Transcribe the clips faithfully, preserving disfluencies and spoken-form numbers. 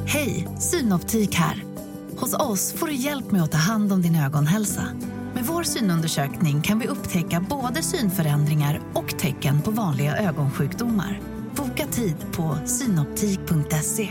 Hej, Synoptik här. Hos oss får du hjälp med att ta hand om din ögonhälsa. Med vår synundersökning kan vi upptäcka både synförändringar och tecken på vanliga ögonsjukdomar. Boka tid på synoptik punkt se.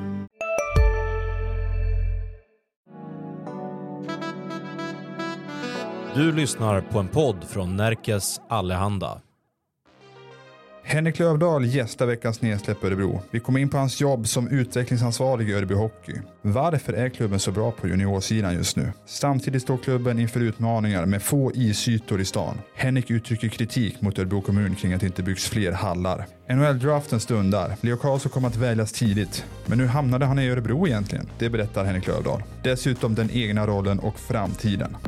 Du lyssnar på en podd från Närkes Allehanda. Henrik Lövdahl gästar veckans nedsläpp Örebro. Vi kommer in på hans jobb som utvecklingsansvarig i Örebro Hockey. Varför är klubben så bra på juniorsidan just nu? Samtidigt står klubben inför utmaningar med få isytor i stan. Henrik uttrycker kritik mot Örebro kommun kring att det inte byggs fler hallar. N H L-draften stundar. Leo Karlsson kommer att väljas tidigt. Men nu hamnade han i Örebro egentligen. Det berättar Henrik Lövdahl. Dessutom den egna rollen och framtiden.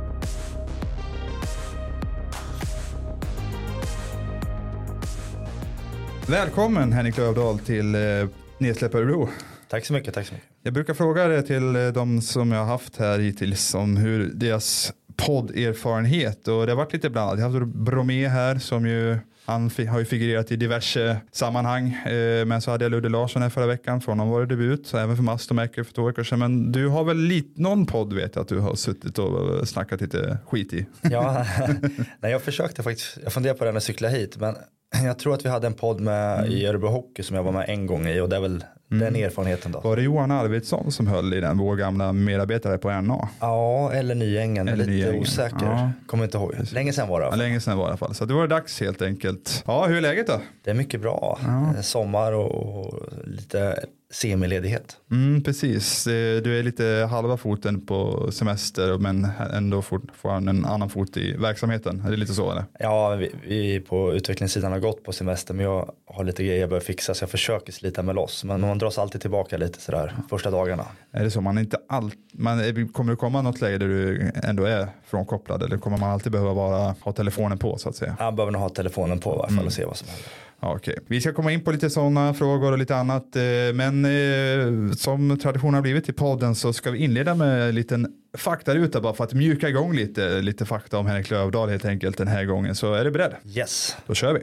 Välkommen Henrik Lövdahl till eh, Nedsläpp Örebro. Tack så mycket, tack så mycket. Jag brukar fråga det till eh, de som jag har haft här hittills om hur deras podderfarenhet, och det har varit lite blandat. Jag har haft Bromé här som ju, han fi- har ju figurerat i diverse sammanhang, eh, men så hade jag Ludde Larsson här förra veckan, från honom var det debut, så även för Mastomäcker för två veckor sedan. Men du har väl lite, någon podd vet jag att du har suttit och snackat lite skit i. Ja, nej, jag försökte faktiskt, jag funderade på den och cykla hit, men jag tror att vi hade en podd med mm. i Örebro Hockey som jag var med en gång i, och det är väl mm. den erfarenheten då. Var det Johan Arvidsson som höll i den, vår gamla medarbetare på N A? Ja, eller Nyängen, eller lite Nyängen. Osäker. Ja. Kommer inte ihåg. Länge sedan var det. Ja, länge sedan var det i alla fall. Så det var dags helt enkelt. Ja, hur är läget då? Det är mycket bra. Ja. Sommar och lite semiledighet. Mm, precis. Du är lite halva foten på semester, men ändå får han en annan fot i verksamheten. Är det lite så eller? Ja, vi, vi på utvecklingssidan har gått på semester, men jag har lite grejer jag bör fixa, så jag försöker slita med loss. Men man dras alltid tillbaka lite sådär första dagarna. Är det så? Man inte allt, man, kommer det komma något läge där du ändå är frånkopplad, eller kommer man alltid behöva vara, ha telefonen på så att säga? Jag behöver nog ha telefonen på i alla fall mm. och se vad som händer. Ja, okej. Vi ska komma in på lite sådana frågor och lite annat, men eh, som tradition har blivit i podden så ska vi inleda med en liten faktaruta bara för att mjuka igång lite, lite fakta om Henrik Lövdahl helt enkelt den här gången. Så är du beredd? Yes. Då kör vi.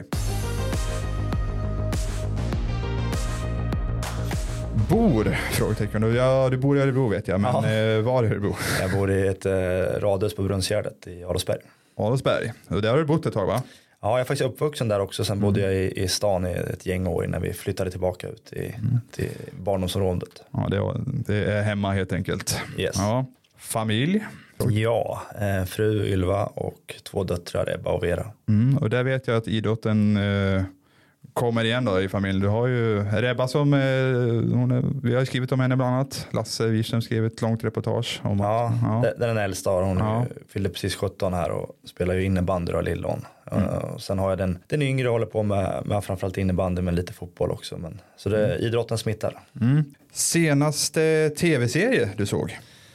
Bor, frågetecken. Ja, du bor i Örebro vet jag, men eh, var i Örebro? Jag bor i ett eh, radhus på Brunnsgärdet i Adolfsberg. Adolfsberg, och där har du bott ett tag va? Ja, jag är faktiskt uppvuxen där också. Sen mm. bodde jag i, i stan i ett gäng år innan vi flyttade tillbaka ut i, mm. till barndomsområdet. Ja, det, var, det är hemma helt enkelt. Yes. Ja. Familj? Ja, eh, fru Ylva och två döttrar, Ebba och Vera. Mm, och där vet jag att idrotten eh, kommer igen då i familjen. Du har ju Rebba som, eh, hon är, vi har skrivit om henne bland annat. Lasse Wirström skrev ett långt reportage. Om ja, att, ja, det är den äldsta. Hon ja. fyllde precis sjutton här och spelar ju innebandy och Lillån. Mm. Uh, sen har jag den, den yngre håller på med, med framförallt innebandy men lite fotboll också. Men, så det, mm. idrotten smittar. Mm. Senaste tv-serie du såg?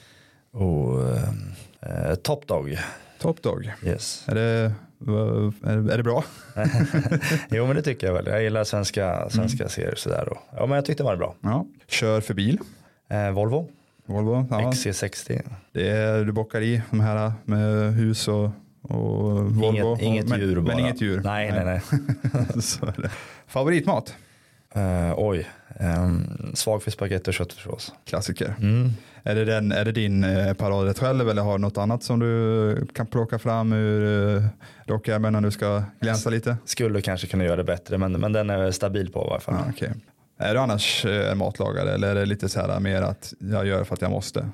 Oh, uh, uh, Top Dog. Top Dog? Yes. Är det... Är, är det bra? Jo men det tycker jag väl. Jag gillar svenska, svenska mm. serier sådär. Och, ja men jag tyckte det var bra. Ja. Kör för bil? Eh, Volvo. Volvo, ja. X C sextio. Det är, du bockar i de här med hus och, och Volvo. Inget, inget men, djur bara. Men inget djur. Nej, nej, nej. nej. Så är det. Favoritmat? Uh, oj. Um, svagfisk, spagetti och köttfärssås. Klassiker. Mm. Är det, den, är det din eh, paradrätt själv eller har du något annat som du kan plocka fram ur eh, rockärmen när du ska glänsa lite? Skulle kanske kunna göra det bättre men, men den är stabil på i alla fall. Ah, okay. Är du annars eh, matlagare eller är det lite så här mer att jag gör för att jag måste?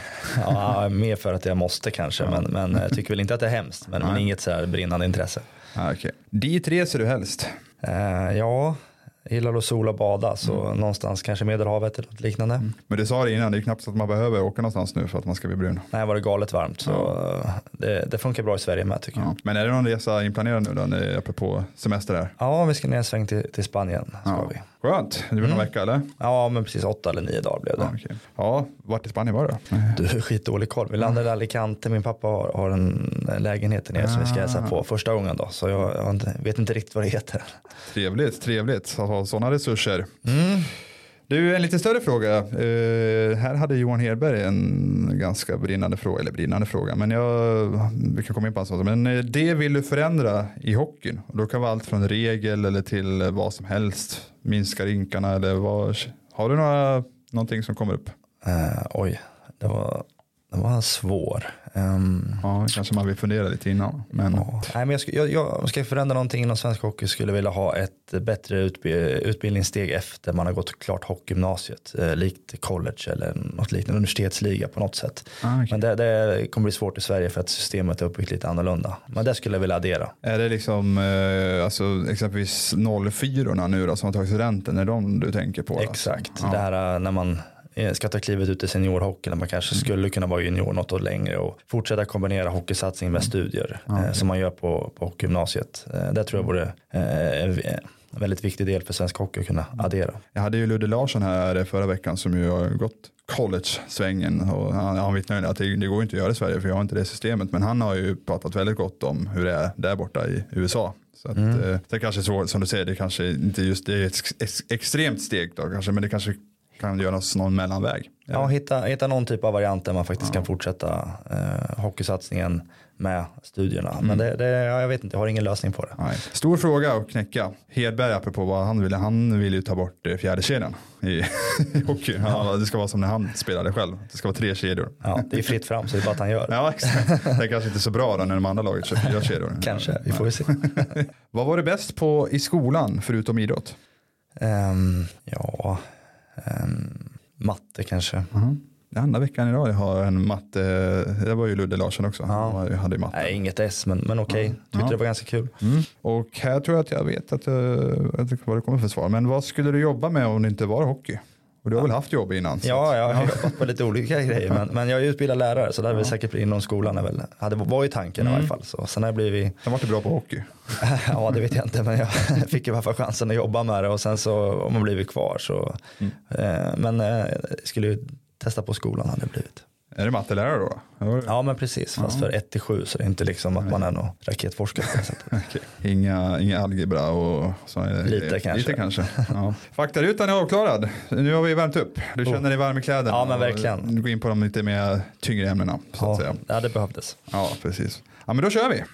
Ja, mer för att jag måste kanske ja. men, men jag tycker väl inte att det är hemskt men, men inget så här brinnande intresse. Ah, okay. Dit reser du helst? Uh, ja... Jag gillar att sola och bada så mm. någonstans kanske Medelhavet eller något liknande. Mm. Men du sa det innan, det är knappt så att man behöver åka någonstans nu för att man ska bli brun. Nej, var det galet varmt så ja. det, det funkar bra i Sverige med tycker ja. jag. Men är det någon resa inplanerad nu då, när det är uppe på semester där? Ja, vi ska ner en sväng till, till Spanien. Ska ja. vi. Skönt, det blir mm. någon vecka eller? Ja, men precis åtta eller nio dagar blev det. Ja, okay. Ja, vart i Spanien var det då? Du är skitdålig koll. Vi landade i Alicante, min pappa har, har en lägenhet nere ah. som vi ska hälsa på första gången då. Så jag, jag inte, vet inte riktigt vad det heter. Trevligt, trevligt att ha sådana resurser. Mm. Du, en lite större fråga. Uh, här hade Johan Hedberg en ganska brinnande fråga, eller brinnande fråga, men jag, vi kan komma in på en sån. Men det vill du förändra i hockeyn. Och då kan vara allt från regel eller till vad som helst. Minska rinkarna eller vad. Har du några Någonting som kommer upp? Uh, oj, det var, det var svår. Um, ja, kanske man vill fundera lite innan. Men... Ja. Nej, men jag, ska, jag, jag ska förändra någonting inom svensk hockey. Skulle vilja ha ett bättre utb- utbildningssteg efter man har gått klart hockeygymnasiet. Eh, likt college eller något liknande, universitetsliga på något sätt. Ah, okay. Men det, det kommer bli svårt i Sverige för att systemet är uppbyggt lite annorlunda. Men det skulle jag vilja addera. Är det liksom eh, alltså, exempelvis noll fyra nu då, som har tagit studenten? Är de du tänker på? Exakt, alltså? Ja. Det här när man ska ta klivet ut i seniorhockey, när man kanske mm. skulle kunna vara junior något år längre och fortsätta kombinera hockeysatsning med studier mm. eh, som man gör på, på hockeygymnasiet. Eh, det tror jag vore eh, en väldigt viktig del för svensk hockey att kunna addera. Jag hade ju Ludde Larsson här förra veckan som ju har gått college-svängen och han, han vittnar att det, det går inte att göra i Sverige för jag har inte det systemet, men han har ju pratat väldigt gott om hur det är där borta i U S A. Så att, mm. eh, det är kanske så, som du säger, det kanske inte just det är ett ex, extremt steg då kanske, men det kanske kan göras någon mellanväg. Ja, hitta, hitta någon typ av variant där man faktiskt ja. kan fortsätta eh, hockeysatsningen med studierna. Mm. Men det, det, ja, jag vet inte, jag har ingen lösning på det. Nej. Stor fråga att knäcka. Hedberg apropå vad han ville. Han vill ju ta bort fjärde kedjan i, i hockey. Ja, det ska vara som när han spelade själv. Det ska vara tre kedjor. Ja, det är fritt fram så det är bara att han gör. Ja, exakt. Det är kanske inte så bra då när de andra laget kör fyra kedjor. Kanske, vi får ju se. Vad var det bäst på i skolan förutom idrott? Um, ja... Um, matte kanske. Uh-huh. Det andra veckan idag jag har en matte, det var ju Ludde Larsson också. Ja. Jag hade matte. Nej, inget S, men, men okej. Okay. Tyckte ja. det var ganska kul. Mm. Och här tror jag att jag vet att, att vad det kommer för svar. Men vad skulle du jobba med om det inte var hockey? Och du har ja. väl haft jobb innan? Ja, jag har jobbat på lite olika grejer. Men, men jag är utbildad lärare så det hade ja. väl säkert blivit inom skolan. Väl, hade varit tanken mm. i alla fall. Så, sen har jag blivit... Sen var du bra på hockey? Ja, det vet jag inte. Men jag fick i alla fall chansen att jobba med det. Och sen så om man blivit kvar så... Mm. Eh, men eh, skulle ju testa på skolan hade det blivit. Är det mattelärare då? Ja, men precis. Fast ja. för ett till sju så det är inte liksom att man är någon raketforskare. Okay. Inga, inga algebra och så. Lite det, kanske. Lite kanske. Ja. Faktarutan är avklarad. Nu har vi värmt upp. Du känner oh. dig varm i kläderna. Ja, men verkligen. Du går in på de lite mer tyngre ämnena. Så ja, att säga. Ja, det behövdes. Ja, precis. Ja, men då kör vi.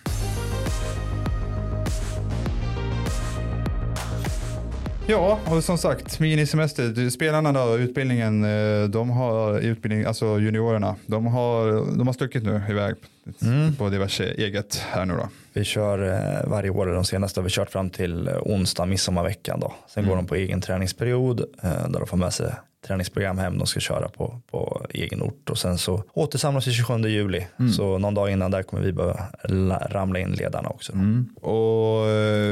Ja, och som sagt, minisemester. Spelarna då, utbildningen, de har utbildning, alltså juniorerna, de har, de har stuckit nu iväg mm. på diverse eget här nu då. Vi kör eh, varje år, de senaste har vi kört fram till onsdag, midsommarveckan då. Sen mm. går de på egen träningsperiod eh, där de får med sig träningsprogram hem de ska köra på, på egen ort. Och sen så återsamlas vi tjugosjunde juli. Mm. Så någon dag innan där kommer vi börja ramla in ledarna också. Mm. Och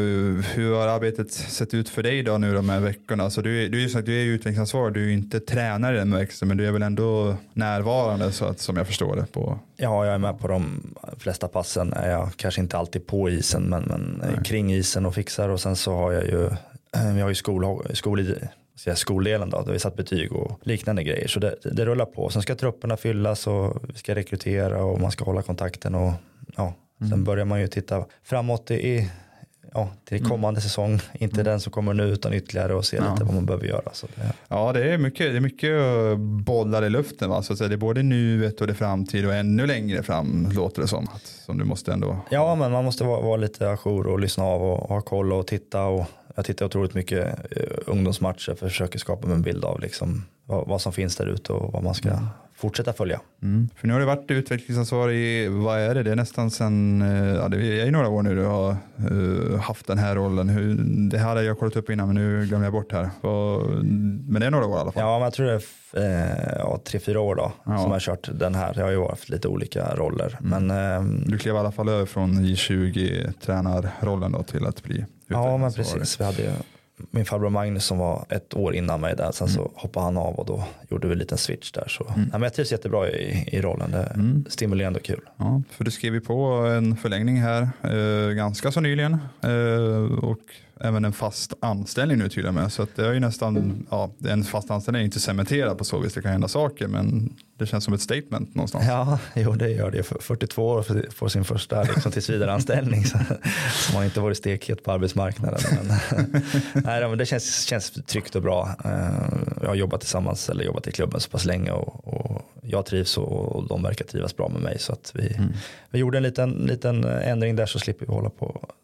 hur har arbetet sett ut för dig då nu de här veckorna? Alltså du, du, är, du är ju utvecklingsansvarig, du är inte tränare i den växten, men du är väl ändå närvarande så att, som jag förstår det på. Ja, jag är med på de flesta passen. Är jag kanske inte alltid på isen, men, men kring isen och fixar. Och sen så har jag ju, vi har ju skol, skol skoldelen då, där vi satt betyg och liknande grejer. Så det, det rullar på. Sen ska trupperna fyllas och vi ska rekrytera och man ska hålla kontakten och ja, sen mm. börjar man ju titta framåt i ja, till kommande mm. säsong. Inte mm. den som kommer nu utan ytterligare och se ja. lite vad man behöver göra. Så det, ja, det är mycket, det är mycket bollar i luften. Va? Så det är både nuet och det framtid och ännu längre fram låter det som. Att, som du måste ändå... Ja, men man måste vara, vara lite ajour och lyssna av och ha koll och titta. Och jag tittar otroligt mycket uh, ungdomsmatcher för att försöka skapa en bild av liksom, vad, vad som finns där ute och vad man ska mm. fortsätta följa. Mm. För nu har du varit utvecklingsansvarig i, vad är det? Det är nästan sen, ja det är i några år nu du har uh, haft den här rollen. Hur, det här hade jag kollat upp innan men nu glömde jag bort här. Och, men det är några år i alla fall. Ja, men jag tror det är eh, ja, tre, fyra år då ja. som jag har kört den här. Jag har ju haft lite olika roller. Mm. Men, eh, du klev i alla fall över från J tjugo-tränarrollen då till att bli ja, men precis. Vi hade ju min farbror Magnus som var ett år innan mig där. Sen mm. så hoppade han av och då gjorde vi en liten switch där. Så. Mm. Ja, men jag trivs jättebra i, i rollen. Det är mm. stimulerande och kul. Ja, för du skrev ju på en förlängning här eh, ganska så nyligen. Eh, och även en fast anställning nu till och med. Så att det är ju nästan, ja, en fast anställning är inte cementerad på så vis. Det kan hända saker men det känns som ett statement någonstans. Ja, jo det gör det. fyrtiotvå år får sin första liksom, tillsvidareanställning. Så, som har inte varit stekhet på arbetsmarknaden. Men, nej, men det känns, känns tryggt och bra. Jag har jobbat tillsammans eller jobbat i klubben så pass länge och, och jag trivs och de verkar trivas bra med mig. Så att vi, mm. vi gjorde en liten, liten ändring där så slipper vi hålla på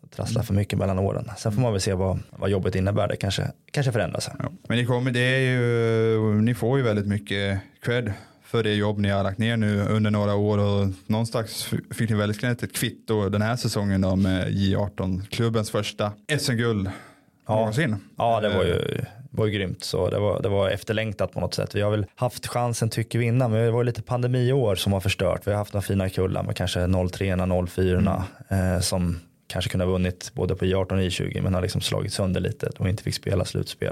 trassla för mycket mellan åren. Sen får man väl se vad, vad jobbet innebär. Det kanske, kanske förändras. Ja. Men ni, kommer, det är ju, ni får ju väldigt mycket cred för det jobb ni har lagt ner nu under några år, och någonstans fick ni väldigt klart ett kvitto den här säsongen då med J arton, klubbens första S M-guld ja. någonsin. Ja, det var ju, var ju grymt. Så det var, det var efterlängtat på något sätt. Vi har väl haft chansen tycker vi innan, men det var lite pandemiår som har förstört. Vi har haft några fina kullar med kanske noll tre noll fyra mm. eh, som kanske kunde ha vunnit både på J arton och J tjugo, men har liksom slagit sönder lite och inte fick spela slutspel.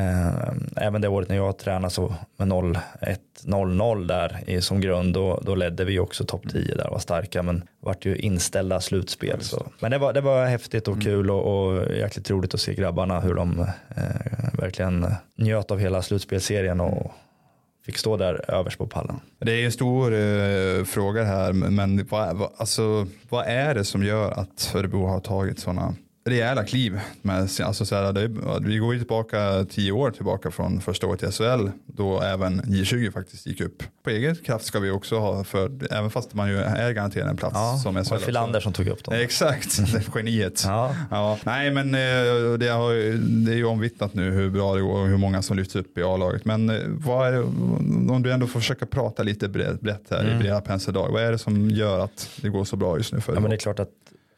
Även det året när jag tränade så med noll ett noll noll där som grund, då, då ledde vi också topp tio där, var starka, men vart ju inställda slutspel. Så. Men det var, det var häftigt och kul och, och jäkligt roligt att se grabbarna hur de eh, verkligen njöt av hela slutspelserien och fick stå där överst på pallen. Det är en stor eh, fråga här, men vad, vad, alltså, vad är det som gör att Örebro har tagit sådana rejäla kliv? Med, alltså, så här, det, vi går ju tillbaka tio år tillbaka från första året i S H L, då även J tjugo faktiskt gick upp. På egen kraft ska vi också ha, för även fast man ju är garanterad en plats ja, som S H L. Och Filander som tog upp dem. Exakt, det är geniet. Ja. Ja. Nej, men det, har, det är ju omvittnat nu hur bra det går och hur många som lyfts upp i A-laget. Men vad är det, om du ändå får försöka prata lite brett, brett här mm. i breda penseldag, vad är det som gör att det går så bra just nu för ja, men det är klart att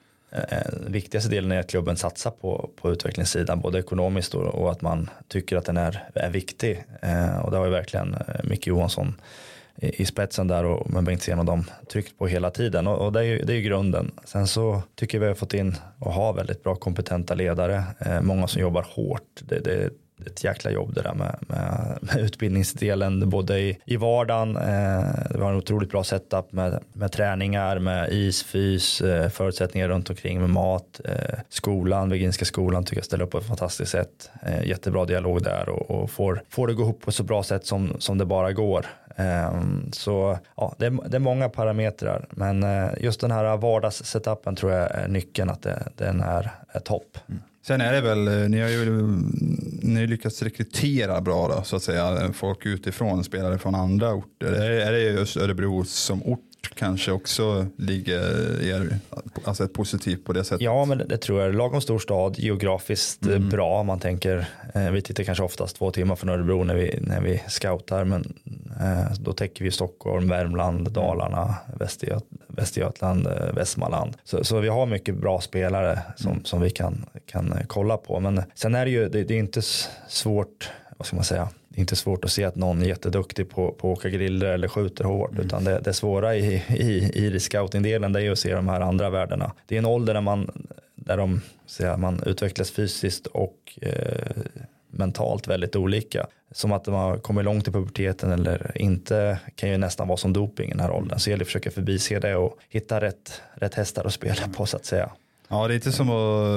den viktigaste delen är att klubben satsar på, på utvecklingssidan, både ekonomiskt och, och att man tycker att den är, är viktig. Eh, och det har ju verkligen Micke Johansson i, i spetsen där och med Bengtzén och dem tryckt på hela tiden. Och, och det, är ju, det är ju grunden. Sen så tycker vi har fått in och har väldigt bra kompetenta ledare. Eh, många som jobbar hårt. Det, det ett jäkla jobb det där med, med, med utbildningsdelen både i, i vardagen. Eh, det var en otroligt bra setup med, med träningar, med is, fys, eh, förutsättningar runt omkring med mat. Eh, skolan, Virginska skolan tycker jag ställer upp på ett fantastiskt sätt. Eh, jättebra dialog där och, och får, får det gå ihop på så bra sätt som, som det bara går. Eh, så ja, det är, det är många parametrar, men eh, just den här vardagssetupen tror jag är nyckeln, att det, den är, är topp. Mm. Sen är det väl, ni har ju ni har lyckats rekrytera bra då, så att säga, folk utifrån, spelare från andra orter. Är, är det just Örebro som ort kanske också ligger er, alltså ett positivt på det sättet? Ja, men det, det tror jag. Lagom stor stad, geografiskt mm. bra. Man tänker, eh, vi tittar kanske oftast två timmar från Örebro när vi, när vi scoutar, men eh, då täcker vi Stockholm, Värmland, Dalarna, Västergöt, Västergötland, eh, Västmanland. Så, så vi har mycket bra spelare som, mm. som vi kan, kan kolla på. Men sen är det ju, det, det är inte svårt, vad ska man säga, det är inte svårt att se att någon är jätteduktig på, på att åka griller eller skjuter hårt, mm. utan det, det svåra i, i, i scoutingdelen, det är att se de här andra värdena. Det är en ålder där man, där de, så man utvecklas fysiskt och eh, mentalt väldigt olika. Som att man kommer långt i puberteten eller inte, kan ju nästan vara som doping i den här åldern. Så jag vill försöka förbise det och hitta rätt, rätt hästar att spela på, så att säga. Ja, det är inte som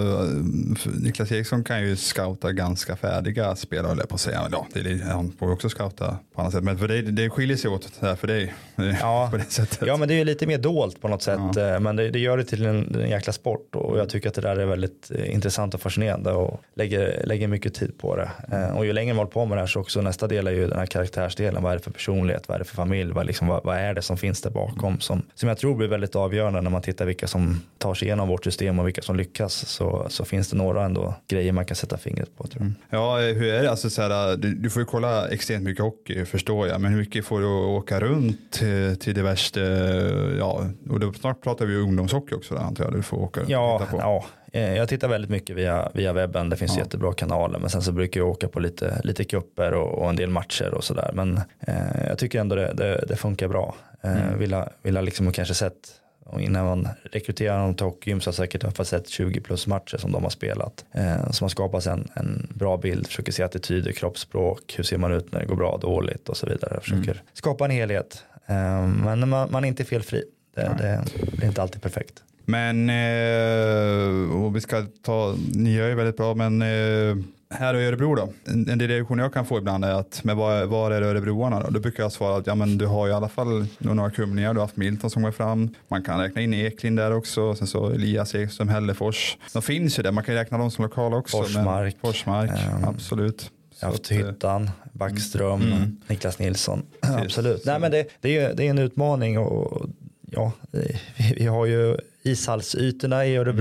att Niklas Eriksson kan ju scouta ganska färdiga spelare, eller på att säga. Ja, det är, han får också scouta på annat sätt. Men för det, det skiljer sig åt här för dig. Ja, på det sättet. Ja, men det är ju lite mer dolt på något sätt. Ja. Men det, det gör det till en, en jäkla sport. Och jag tycker att det där är väldigt intressant och fascinerande. Och lägger, lägger mycket tid på det. Mm. Och ju längre man håller på med det här, så också nästa del är ju den här karaktärsdelen. Vad är det för personlighet? Vad är det för familj? Vad, liksom, vad, vad är det som finns där bakom? Som, som jag tror blir väldigt avgörande när man tittar vilka som tar sig igenom vårt system och vilka som lyckas, så, så finns det några ändå grejer man kan sätta fingret på, tror jag. Mm. Ja, hur är det? Alltså, så här, du, du får ju kolla extremt mycket hockey, förstår jag, men hur mycket får du åka runt till, till det värsta, ja, och då snart pratar vi ju ungdomshockey också, där, antar jag, du får åka ja, titta på. Ja, jag tittar väldigt mycket via, via webben, det finns ja. jättebra kanaler, men sen så brukar jag åka på lite, lite kupper och, och en del matcher och sådär, men eh, jag tycker ändå det, det, det funkar bra. Eh, mm. Vill jag liksom kanske sett, och innan man rekryterar någon till hockeygym, så har säkert jag fått sett tjugo plus matcher som de har spelat. Eh, som har skapat en, en bra bild, försöker se attityder, kroppsspråk, hur ser man ut när det går bra, dåligt och så vidare. Jag försöker mm. skapa en helhet. Eh, men man, man är inte felfri. Det, det, det är inte alltid perfekt. Men, eh, och vi ska ta, ni gör ju väldigt bra, men eh, här i Örebro då, en, en reaktion jag kan få ibland är att, men var, var är Örebroarna då? Då brukar jag svara att ja, men du har i alla fall några kumlingar, du har haft Milton som går fram, man kan räkna in Eklind där också, sen så Elias Ekström, Hällefors, de finns ju där, man kan räkna dem som lokala också. Forsmark. Men, Forsmark, um, absolut. Jag har haft Hyttan, Backström, mm. Niklas Nilsson, absolut. Nej, men det, det, är, det är en utmaning och ja, vi, vi har ju ishallsytorna i Örebro.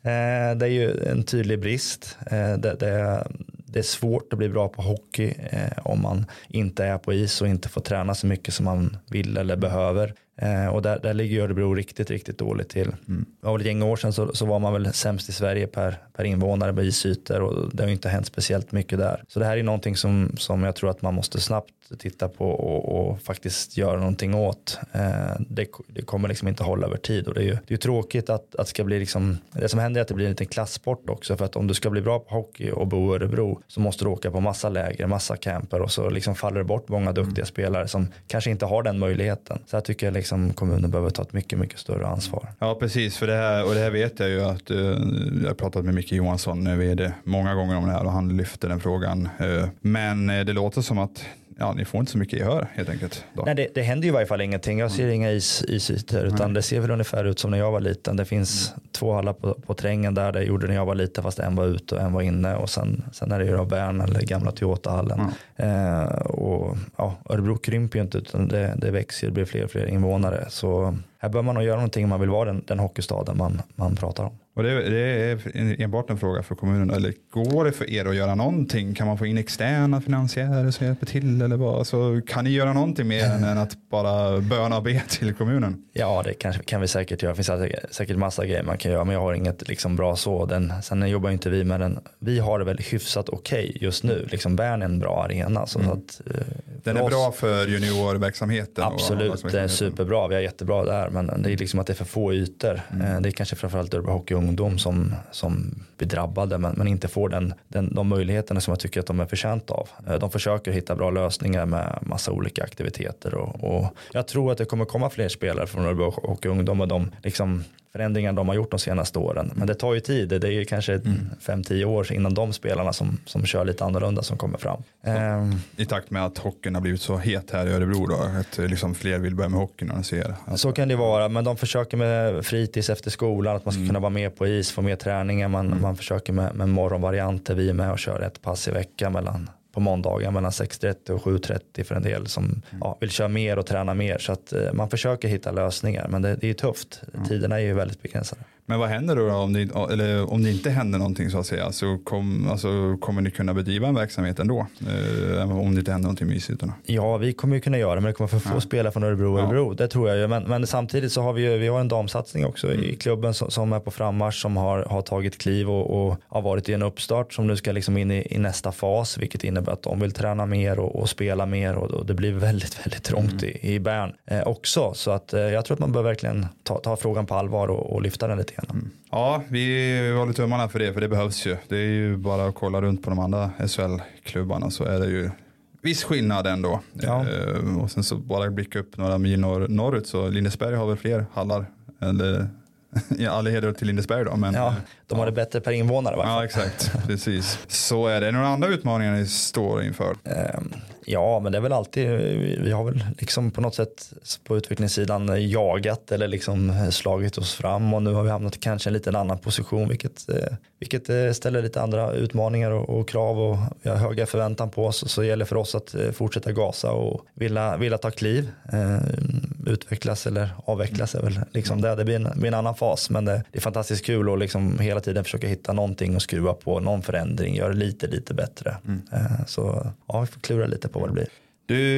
Eh, det är ju en tydlig brist. Eh, det, det, det är svårt att bli bra på hockey eh, om man inte är på is och inte får träna så mycket som man vill eller behöver. Eh, och där, där ligger Örebro riktigt, riktigt dåligt till. Mm. Det var väl ett gäng år sedan så, så var man väl sämst i Sverige per, per invånare på isytor och det har inte hänt speciellt mycket där. Så det här är någonting som, som jag tror att man måste snabbt titta på och, och faktiskt göra någonting åt. Eh, det, det kommer liksom inte hålla över tid och det är ju, det är ju tråkigt att, att ska bli liksom, det som händer är att det blir en liten klassport också, för att om du ska bli bra på hockey och bo i Örebro så måste du åka på massa läger, massa camper och så liksom faller det bort många duktiga mm. spelare som kanske inte har den möjligheten. Så jag tycker liksom kommunen behöver ta ett mycket, mycket större ansvar. Ja, precis, för det här, och det här vet jag ju att uh, jag har pratat med Micke Johansson, vd, många gånger om det här och han lyfter den frågan. Uh, men uh, det låter som att ja, ni får inte så mycket gehör helt enkelt. Då. Nej, det, det händer ju i varje fall ingenting. Jag ser mm. inga is, isytor utan mm. det ser väl ungefär ut som när jag var liten. Det finns mm. två hallar på, på Trängen där det gjorde när jag var liten, fast en var ute och en var inne och sen, sen är det ju då Bern eller gamla Toyota-hallen. Mm. Eh, och ja, Örebro krymper ju inte utan det, det växer, det blir fler och fler invånare. Så här bör man nog göra någonting om man vill vara den, den hockeystaden man, man pratar om. Och det, det är enbart en fråga för kommunen, eller går det för er att göra någonting? Kan man få in externa finansiärer som hjälper till eller vad? Alltså, kan ni göra någonting mer än, än att bara böna och be till kommunen? Ja, det kan, kan vi säkert göra. Det finns säkert massa grejer man kan göra, men jag har inget liksom bra så. Den, sen jobbar inte vi med den. Vi har det väl hyfsat okej okay just nu. Liksom Bern är en bra arena. Så mm. att, den är oss, bra för juniorverksamheten? Absolut, det är superbra. Vi är jättebra där, men det är liksom att det är för få ytor. Mm. Det är kanske framförallt Örebro Hockey ungdom som, som blir drabbade men, men inte får den, den, de möjligheterna som jag tycker att de är förtjänt av. De försöker hitta bra lösningar med massa olika aktiviteter och, och jag tror att det kommer komma fler spelare från Örebro Hockey ungdom och de liksom förändringar de har gjort de senaste åren. Men det tar ju tid. Det är ju kanske mm. fem till tio år innan de spelarna som, som kör lite annorlunda som kommer fram. Um, I takt med att hockeyn har blivit så het här i Örebro då, att liksom fler vill börja med hockeyn när de ser. Att, så kan det vara, men de försöker med fritids efter skolan, att man ska mm. kunna vara med på is, få mer träningar. Man, mm. man försöker med, med morgonvarianter. Vi är med och kör ett pass i veckan mellan på måndagar mellan sex trettio och sju trettio för en del som mm. ja, vill köra mer och träna mer. Så att eh, man försöker hitta lösningar, men det, det är ju tufft. Mm. Tiderna är ju väldigt begränsade. Men vad händer då om det, eller om det inte händer någonting så att säga, så kom, alltså, kommer ni kunna bedriva en verksamhet ändå eh, om det inte händer någonting med isytorna? Ja, vi kommer ju kunna göra det, men det kommer för få ja. spela från Örebro och Örebro, ja. det tror jag ju. Men, men samtidigt så har vi ju, vi har en damsatsning också mm. i klubben som, som är på frammarsch, som har, har tagit kliv och, och har varit i en uppstart som nu ska liksom in i, i nästa fas, vilket innebär att de vill träna mer och, och spela mer och, och det blir väldigt, väldigt trångt mm. i, i Bern eh, också. Så att eh, jag tror att man bör verkligen ta, ta frågan på allvar och, och lyfta den lite grann. Mm. Ja, vi håller tummarna för det, för det behövs ju. Det är ju bara att kolla runt på de andra S H L-klubbarna så är det ju viss skillnad ändå. Ja. Eh, och sen så bara blicka upp några mil norr, norrut så Lindesberg har väl fler hallar. Eller ja, alla heder till Lindesberg då. Men, ja, de har det bättre per invånare. Varför? Ja, exakt. Precis. Så är det några andra utmaningar ni står inför? Um. Ja, men det är väl alltid, vi har väl liksom på något sätt på utvecklingssidan jagat eller liksom slagit oss fram och nu har vi hamnat i kanske en liten annan position vilket, vilket ställer lite andra utmaningar och, och krav och vi har höga förväntan på oss, så det gäller för oss att fortsätta gasa och vilja, vilja ta kliv, eh, utvecklas eller avvecklas är väl liksom det, det blir en, blir en annan fas, men det, det är fantastiskt kul att liksom hela tiden försöka hitta någonting och skruva på någon förändring, göra det lite lite bättre. Mm. Eh, så ja, vi får klura lite på vad det blir. Du,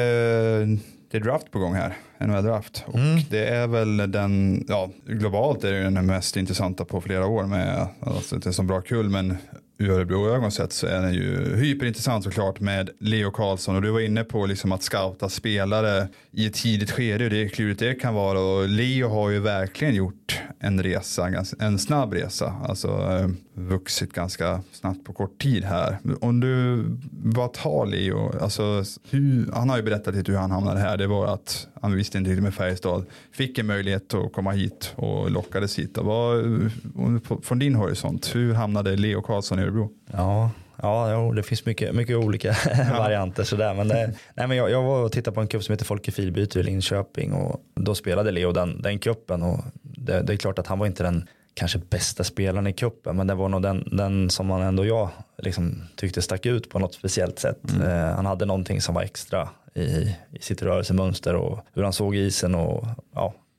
eh, det är draft på gång här, N H L-draft. Och mm. det är väl den, ja, globalt är det den mest intressanta på flera år med, alltså det är så bra kul, men ur Örebro-ögon sett så är den ju hyperintressant såklart med Leo Karlsson. Och du var inne på liksom att scouta spelare i ett tidigt skede, det är klurigt det kan vara. Och Leo har ju verkligen gjort en resa, en snabb resa. Alltså eh, vuxit ganska snabbt på kort tid här. Om du bara tar Leo, alltså hur, han har ju berättat lite hur han hamnade här. Det var att han visste inte riktigt med Färjestad. Fick en möjlighet att komma hit och lockades hit. Och vad, från din horisont, hur hamnade Leo Karlsson i Örebro? Ja, ja jo, det finns mycket, mycket olika varianter sådär. Men, det, nej, men jag, jag var och tittade på en cup som heter Folke Filbyte i Linköping och då spelade Leo den, den cupen och det, det är klart att han var inte den kanske bästa spelaren i kuppen, men det var nog den, den som man ändå jag liksom tyckte stack ut på något speciellt sätt. Mm. Eh, han hade någonting som var extra i, i sitt rörelsemönster och hur han såg isen och ja,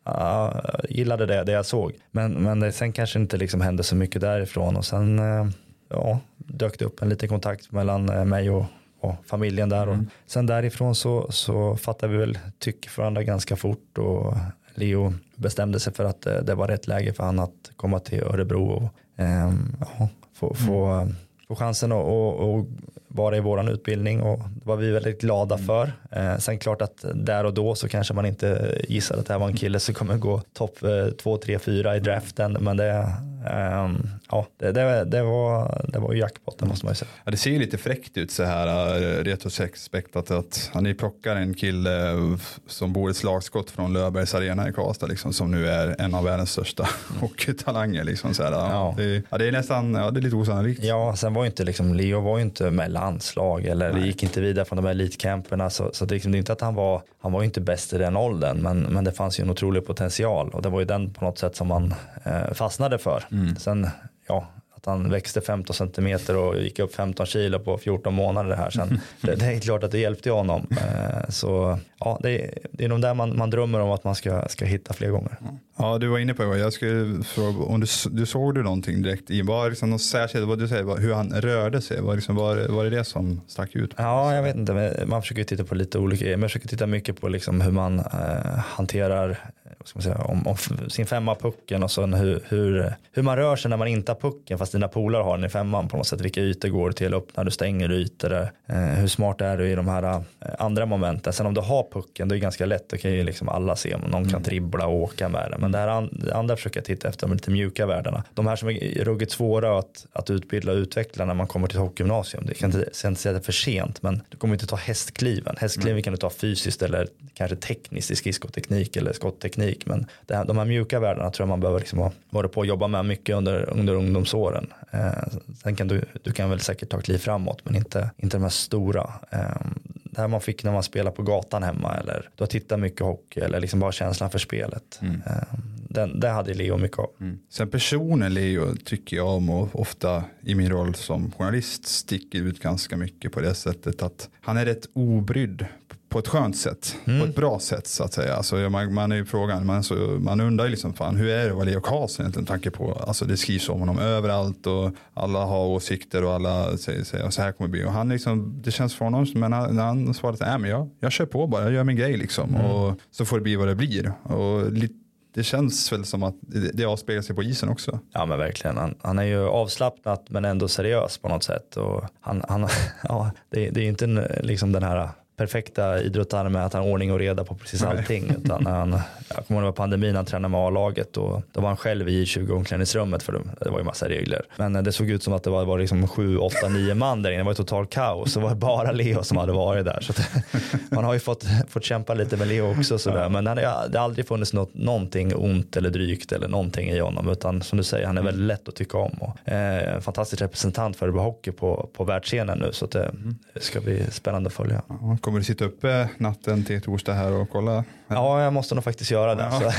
ja, gillade det, det jag såg. Men, men det, sen kanske inte liksom hände så mycket därifrån. Och sen ja, dök det upp en liten kontakt mellan mig och, och familjen där. Mm. Och sen därifrån så, så fattade vi väl tycke för varandra ganska fort. Och Leo bestämde sig för att det, det var rätt läge för han att komma till Örebro och eh, ja, få, mm. få, få chansen att och, och vara i våran utbildning, och det var vi väldigt glada mm. för. Eh, sen klart att där och då så kanske man inte gissade att det här var en kille som kommer gå topp eh, två, tre, fyra i draften, men det, eh, ja, det, det, det var det var ju jackpotten, måste man ju säga. Ja, det ser ju lite fräckt ut så här retrospektat att han plockar en kille som bor ett slagskott från Löfbergs arena i Karlstad liksom, som nu är en av världens största hockeytalanger liksom, så här, ja. Ja. Det, ja, det är nästan, ja, det är lite osannolikt. Ja, sen var ju inte liksom, Leo var ju inte med landslag eller Nej. gick inte vidare från de här elitcamperna, så, så det, liksom, det är inte att han var han var ju inte bäst i den åldern, men, men det fanns ju en otrolig potential, och det var ju den på något sätt som man eh, fastnade för. Mm. Sen, ja, att han växte femton centimeter och gick upp femton kilo på fjorton månader här sen. det, det är klart att det hjälpte honom. Eh, så ja, det, det är nog där man, man drömmer om att man ska, ska hitta fler gånger. Ja, du var inne på det. Jag skulle fråga om du, du såg du någonting direkt i, var liksom något särskilt, vad du säger, hur han rörde sig, var, liksom, var, var det det som stack ut? Ja, jag vet inte, man försöker titta på lite olika, men jag försöker titta mycket på liksom hur man eh, hanterar, vad ska man säga, om, om sin femma pucken, och sen hur, hur, hur man rör sig när man inte har pucken fast dina polare har den i femman på något sätt, vilka ytor går det till upp när du stänger ytor, eh, hur smart är du i de här eh, andra momenten. Sen om du har pucken, det är ganska lätt, då kan ju liksom alla se om någon mm. kan dribbla och åka med den, men det här and, andra försöker jag titta efter de lite mjuka värdena, de här som är ruggigt svåra att, att utbilda och utveckla när man kommer till hockeygymnasium. Det kan inte, inte säga det för sent, men du kommer inte ta hästkliven hästkliven mm. kan du ta fysiskt eller kanske tekniskt i skridskoteknik eller skottteknik, men det här, de här mjuka värdena tror jag man behöver liksom vara på att jobba med mycket under, under ungdomsåren. Eh, sen kan du, du kan väl säkert ta kliv framåt, men inte, inte de här stora. Eh, det här man fick när man spelar på gatan hemma, eller du har tittat mycket hockey, eller liksom bara känslan för spelet. Mm. Eh, den, det hade Leo mycket av. Mm. Sen personen Leo tycker jag om, och ofta i min roll som journalist sticker ut ganska mycket på det sättet att han är rätt obrydd på ett skönt sätt, mm. på ett bra sätt så att säga. Alltså, man, man är ju frågan, man, så, man undrar ju liksom, fan, hur är det att vara Leo Karlsson egentligen, tanke på, alltså det skrivs om honom överallt och alla har åsikter och alla säger, säger och så här kommer det bli. Och han liksom, det känns för honom, men han, när han svarar att nej, men jag, jag kör på bara, jag gör min grej liksom, mm. och så får det bli vad det blir. Och lite, det känns väl som att det, det avspeglar sig på isen också. Ja, men verkligen. Han, han är ju avslappnat men ändå seriös på något sätt. Och han, han, ja, det, det är ju inte en, liksom den här perfekta idrottare med att han har ordning och reda på precis allting. Nej. Utan han, jag kommer ihåg pandemin, han tränade med A-laget och då var han själv i tjugo omklädningsrummet, för det var ju massa regler. Men det såg ut som att det var, var liksom sju, åtta, nio man där inne. Det var ett totalt kaos. Så var det bara Leo som hade varit där. Så att, man har ju fått, fått kämpa lite med Leo också. Sådär. Men han, det har aldrig funnits något, någonting ont eller drygt eller någonting i honom. Utan som du säger, han är väldigt lätt att tycka om. Och, eh, fantastisk representant för Örebro Hockey på, på världsscenen nu. Så att, det mm. ska bli spännande att följa. Ja, kommer du sitta uppe natten till torsdag här och kolla? Ja, jag måste nog faktiskt göra det. Ja. Så.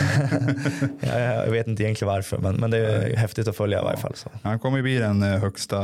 jag vet inte egentligen varför, men, men det är ja. häftigt att följa i varje fall. Så. Han kommer ju bli den högsta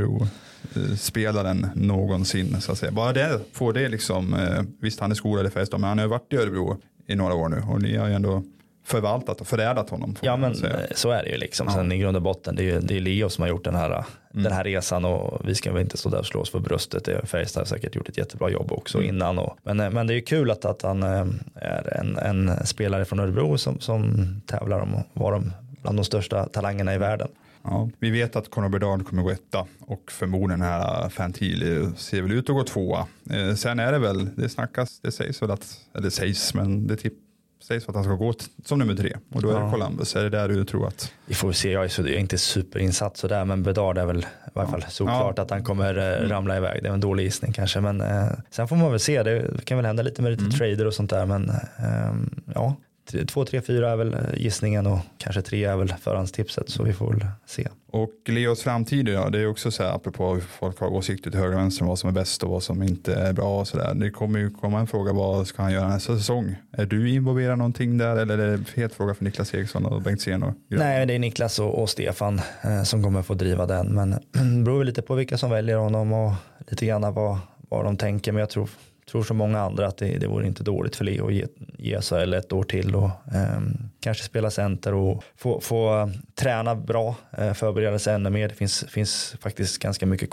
Örebro-spelaren någonsin, så att säga. Bara det, får det liksom, visst han är skolad i Färjestad, men han har ju varit i Örebro i några år nu och ni har ju ändå förvaltat och förädlat honom. Ja, men så är det ju liksom. Ja. Sen i grund och botten, det är ju det är Leo som har gjort den här, mm. den här resan, och vi ska väl inte stå där och slå oss för bröstet. Det är Färjestad har säkert gjort ett jättebra jobb också mm. innan. Och, men, men det är ju kul att, att han är en, en spelare från Örebro som, som tävlar om att vara bland de största talangerna i världen. Ja, vi vet att Conor Bedard kommer gå etta och förmodligen den här Fantilli ser väl ut att gå tvåa. Eh, sen är det väl, det snackas, det sägs väl att, eller det sägs, men det tipp sägs att han ska gå t- som nummer tre, och då är ja. det Columbus. Är det där du tror att? Vi får se, jag är, så, jag är inte superinsatt så där, men Bedard är väl i varje fall såklart ja. att han kommer eh, ramla iväg. Det är en dålig gissning kanske, men eh, sen får man väl se, det kan väl hända lite med lite mm. trader och sånt där, men eh, ja, två, tre, fyra är väl gissningen och kanske tre är väl förhandstipset, så vi får väl se. Och Leos framtid, ja, det är också så här, apropå hur folk har åsikter till höger och vänster, vad som är bäst och vad som inte är bra och så där. Det kommer ju komma en fråga, vad ska han göra nästa säsong? Är du involverad någonting där, eller är det helt fråga för Niklas Eriksson och Bengt Sen? Och Nej, det är Niklas och, och Stefan eh, som kommer få driva den, men det beror lite på vilka som väljer honom och lite grann vad, vad de tänker, men jag tror tror som många andra att det, det vore inte dåligt för Leo att ge, ge sig eller ett år till och eh, kanske spela center och få, få uh, träna bra, uh, förbereda sig ännu mer. Det finns, finns faktiskt ganska mycket.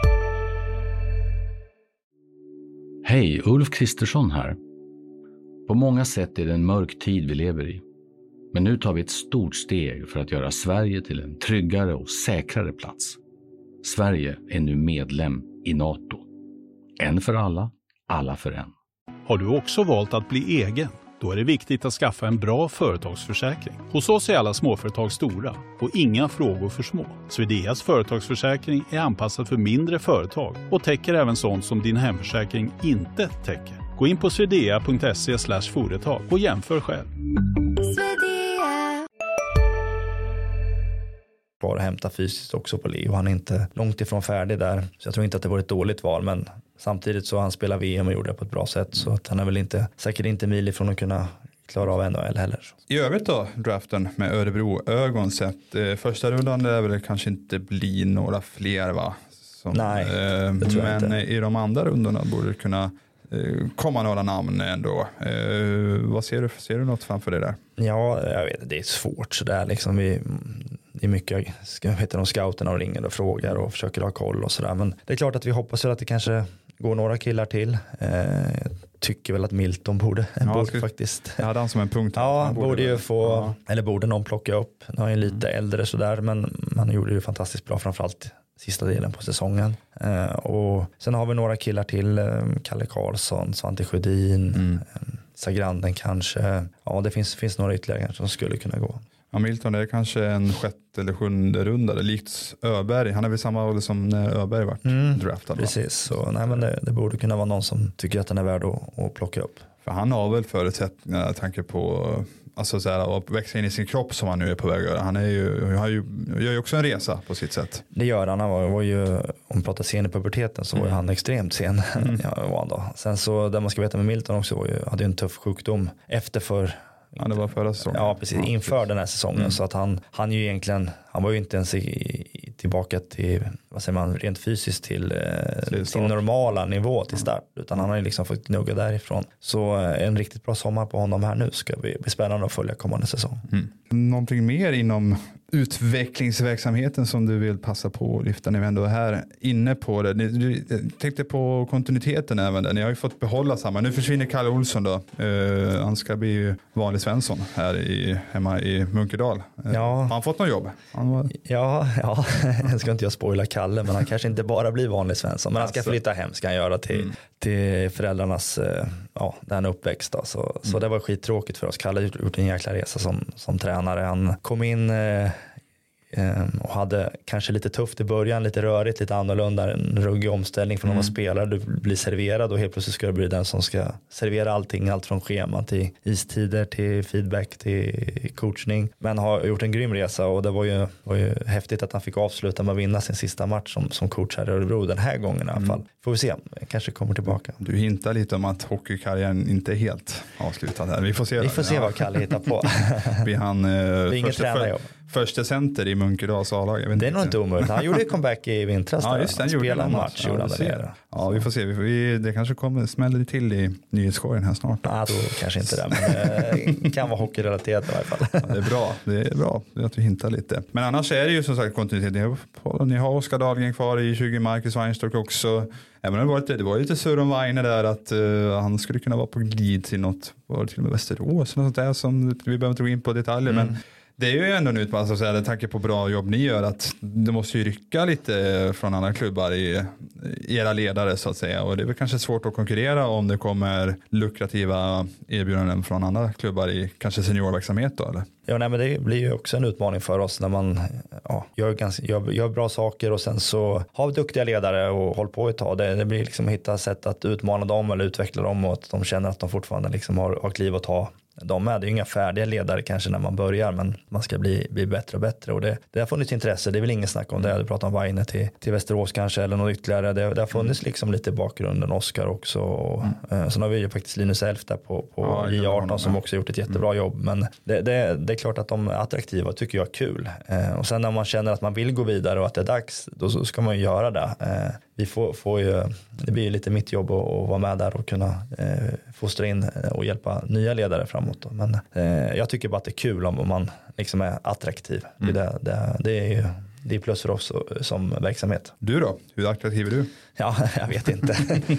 Hej, Ulf Kristersson här. På många sätt är det en mörk tid vi lever i. Men nu tar vi ett stort steg för att göra Sverige till en tryggare och säkrare plats. Sverige är nu medlem i NATO. En för alla, alla för en. Har du också valt att bli egen? Då är det viktigt att skaffa en bra företagsförsäkring. Hos oss är alla småföretag stora och inga frågor för små. Swedeas företagsförsäkring är anpassad för mindre företag och täcker även sånt som din hemförsäkring inte täcker. Gå in på swedea punkt se slash företag och jämför själv. Bara hämta fysiskt också på Leo. Han är inte långt ifrån färdig där. Så jag tror inte att det var ett dåligt val. Men samtidigt så han spelar V M och gjorde det på ett bra sätt. Så att han är väl inte, säkert inte mil ifrån att kunna klara av N H L heller. I övrigt då, draften med Örebro-ögon sett. Eh, första rundan är väl kanske inte blir några fler va? Som, Nej, eh, det tror jag men inte. i de andra rundorna borde det kunna eh, komma några namn ändå. Eh, vad ser du? Ser du något framför dig där? Ja, jag vet, det är svårt sådär liksom. Vi, det är mycket, ska veta de scouterna och ringer och frågar och försöker ha koll och sådär. Men det är klart att vi hoppas att det kanske går några killar till. Eh, jag tycker väl att Milton borde, Ja, borde skulle, faktiskt. Jag hade han som en punkt. Ja, han borde, borde ju få, ja. eller borde någon plocka upp. Nu är han lite Mm. äldre sådär, men man gjorde ju fantastiskt bra framförallt sista delen på säsongen. Eh, och sen har vi några killar till, eh, Kalle Karlsson, Svante Sjödin, Mm. eh, Sagranden kanske. Ja, det finns, finns några ytterligare som skulle kunna gå. Ja, Milton är kanske en sjätte eller sjunde runda. Det likt Öberg. Han är väl samma ålder som när Öberg var Mm, draftad. Va? Precis, så nej, men det, det borde kunna vara någon som tycker att den är värd att, att plocka upp. För han har väl förutsättningar, jag tänker på alltså så här, att växa in i sin kropp som han nu är på väg att göra. Han är ju, har ju, gör ju också en resa på sitt sätt. Det gör han. Han var, var ju, om man pratar sen i puberteten så var ju han extremt sen. Mm. Ja, var han då. Sen så, där man ska veta med Milton också, var ju, hade ju en tuff sjukdom efter för Ja, det var förra säsongen. Ja, precis. Ja, inför precis. den här säsongen. Mm. Så att han, han ju egentligen, han var ju inte ens i, i, tillbaka till, vad säger man, rent fysiskt till eh, sin normala nivå till start. Utan han har ju liksom fått gnugga därifrån. Så eh, en riktigt bra sommar på honom här nu ska bli, bli spännande att följa kommande säsong. Mm. Någonting mer inom utvecklingsverksamheten som du vill passa på att lyfta när vi ändå är här inne på det? Du tänkte på kontinuiteten även där. Ni har ju fått behålla samma. Nu försvinner Kalle Olsson då. Uh, han ska bli vanlig Svensson här i, hemma i Munkedal. Uh, Ja. Har han fått något jobb? Han var... Ja, ja. Jag ska inte jag spoila Kalle, men han kanske inte bara blir vanlig Svensson. Men han ska Alltså. flytta hem, ska han göra till, Mm. till föräldrarnas, ja, där han är uppväxt. Då. Så, så det var skittråkigt för oss. Kalle har gjort en jäkla resa som, som tränare. Han kom in eh, eh, och hade kanske lite tufft i början, lite rörigt, lite annorlunda. En ruggig omställning från att vara spelare. Du blir serverad och helt plötsligt ska du bli den som ska servera allting. Allt från scheman till istider, till feedback, till coachning. Men har gjort en grym resa och det var ju, var ju häftigt att han fick avsluta med att vinna sin sista match som, som coach här i Örebro den här gången i alla fall. Får vi se, kanske kommer tillbaka. Du hintar lite om att hockeykarriären inte är helt avslutad här. Vi får se. Vi får se ja. vad Kalle hittar på. Blir han eh, inget första, för, tränarjobb. första center i Munkedals A-lag? Jag vet Det är inte. nog inte omöjligt. Han gjorde ju comeback i vintras. Ja, där. just det. Han Han gjorde spelade en någon match. Ja, Gjorde han vi där ser. nere. Ja, vi får se. Vi får, vi, det kanske kommer smäller till i nyhetskorgen här snart. Ja, då kanske inte det, men det kan vara hockeyrelaterat i alla fall. Ja, det är bra. Det är bra det är att vi hintar lite. Men annars är det ju som sagt kontinuitet. Ni har, ni har Oskar Dahlgren kvar i tjugo, Marcus Weinstock också. Även om det var lite, det var lite surr om Weine där att uh, han skulle kunna vara på glid till något, var det till och med Västerås något sånt där som vi behöver inte gå in på detaljer, mm. men det är ju ändå nu på alltså, med tanke på bra jobb ni gör att det måste ju rycka lite från andra klubbar i, i era ledare så att säga, och det är väl kanske svårt att konkurrera om det kommer lukrativa erbjudanden från andra klubbar i kanske seniorverksamhet då eller? Ja, nej, men det blir ju också en utmaning för oss när man ja, gör, ganska, gör, gör bra saker och sen så har vi duktiga ledare och håller på ett tag. Det, det blir liksom att hitta sätt att utmana dem eller utveckla dem och att de känner att de fortfarande liksom har, har kliv att ta de med. Det är ju inga färdiga ledare kanske när man börjar, men man ska bli, bli bättre och bättre och det, det har funnits intresse. Det är väl ingen snack om det. Du pratar om Weine till, till Västerås kanske eller något ytterligare. Det, det har funnits liksom lite i bakgrunden. Oskar också. Och, mm. eh, sen har vi ju faktiskt Linus Elf där på, på ja, J arton som ja. också gjort ett jättebra jobb. Men det, det, det är klart att de är attraktiva, tycker jag är kul. Eh, och sen när man känner att man vill gå vidare och att det är dags, då så ska man ju göra det. Eh, vi får, får ju, det blir ju lite mitt jobb att, att vara med där och kunna eh, fostra in och hjälpa nya ledare framåt då. Men eh, jag tycker bara att det är kul om man liksom är attraktiv. Mm. Det, det, det är ju det är plus för oss som verksamhet. Du då? Hur attraktiv är du? Ja, jag vet inte.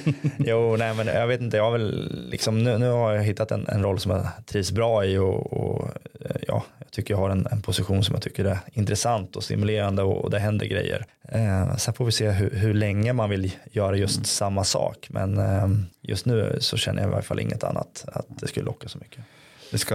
jo, nej, men jag vet inte. Jag har väl liksom, nu, nu har jag hittat en, en roll som jag trivs bra i och, och ja, jag tycker jag har en, en position som jag tycker är intressant och stimulerande och, och det händer grejer. Eh, sen får vi se hur, hur länge man vill göra just mm. samma sak. Men eh, just nu så känner jag i varje fall inget annat att det skulle locka så mycket. Det ska,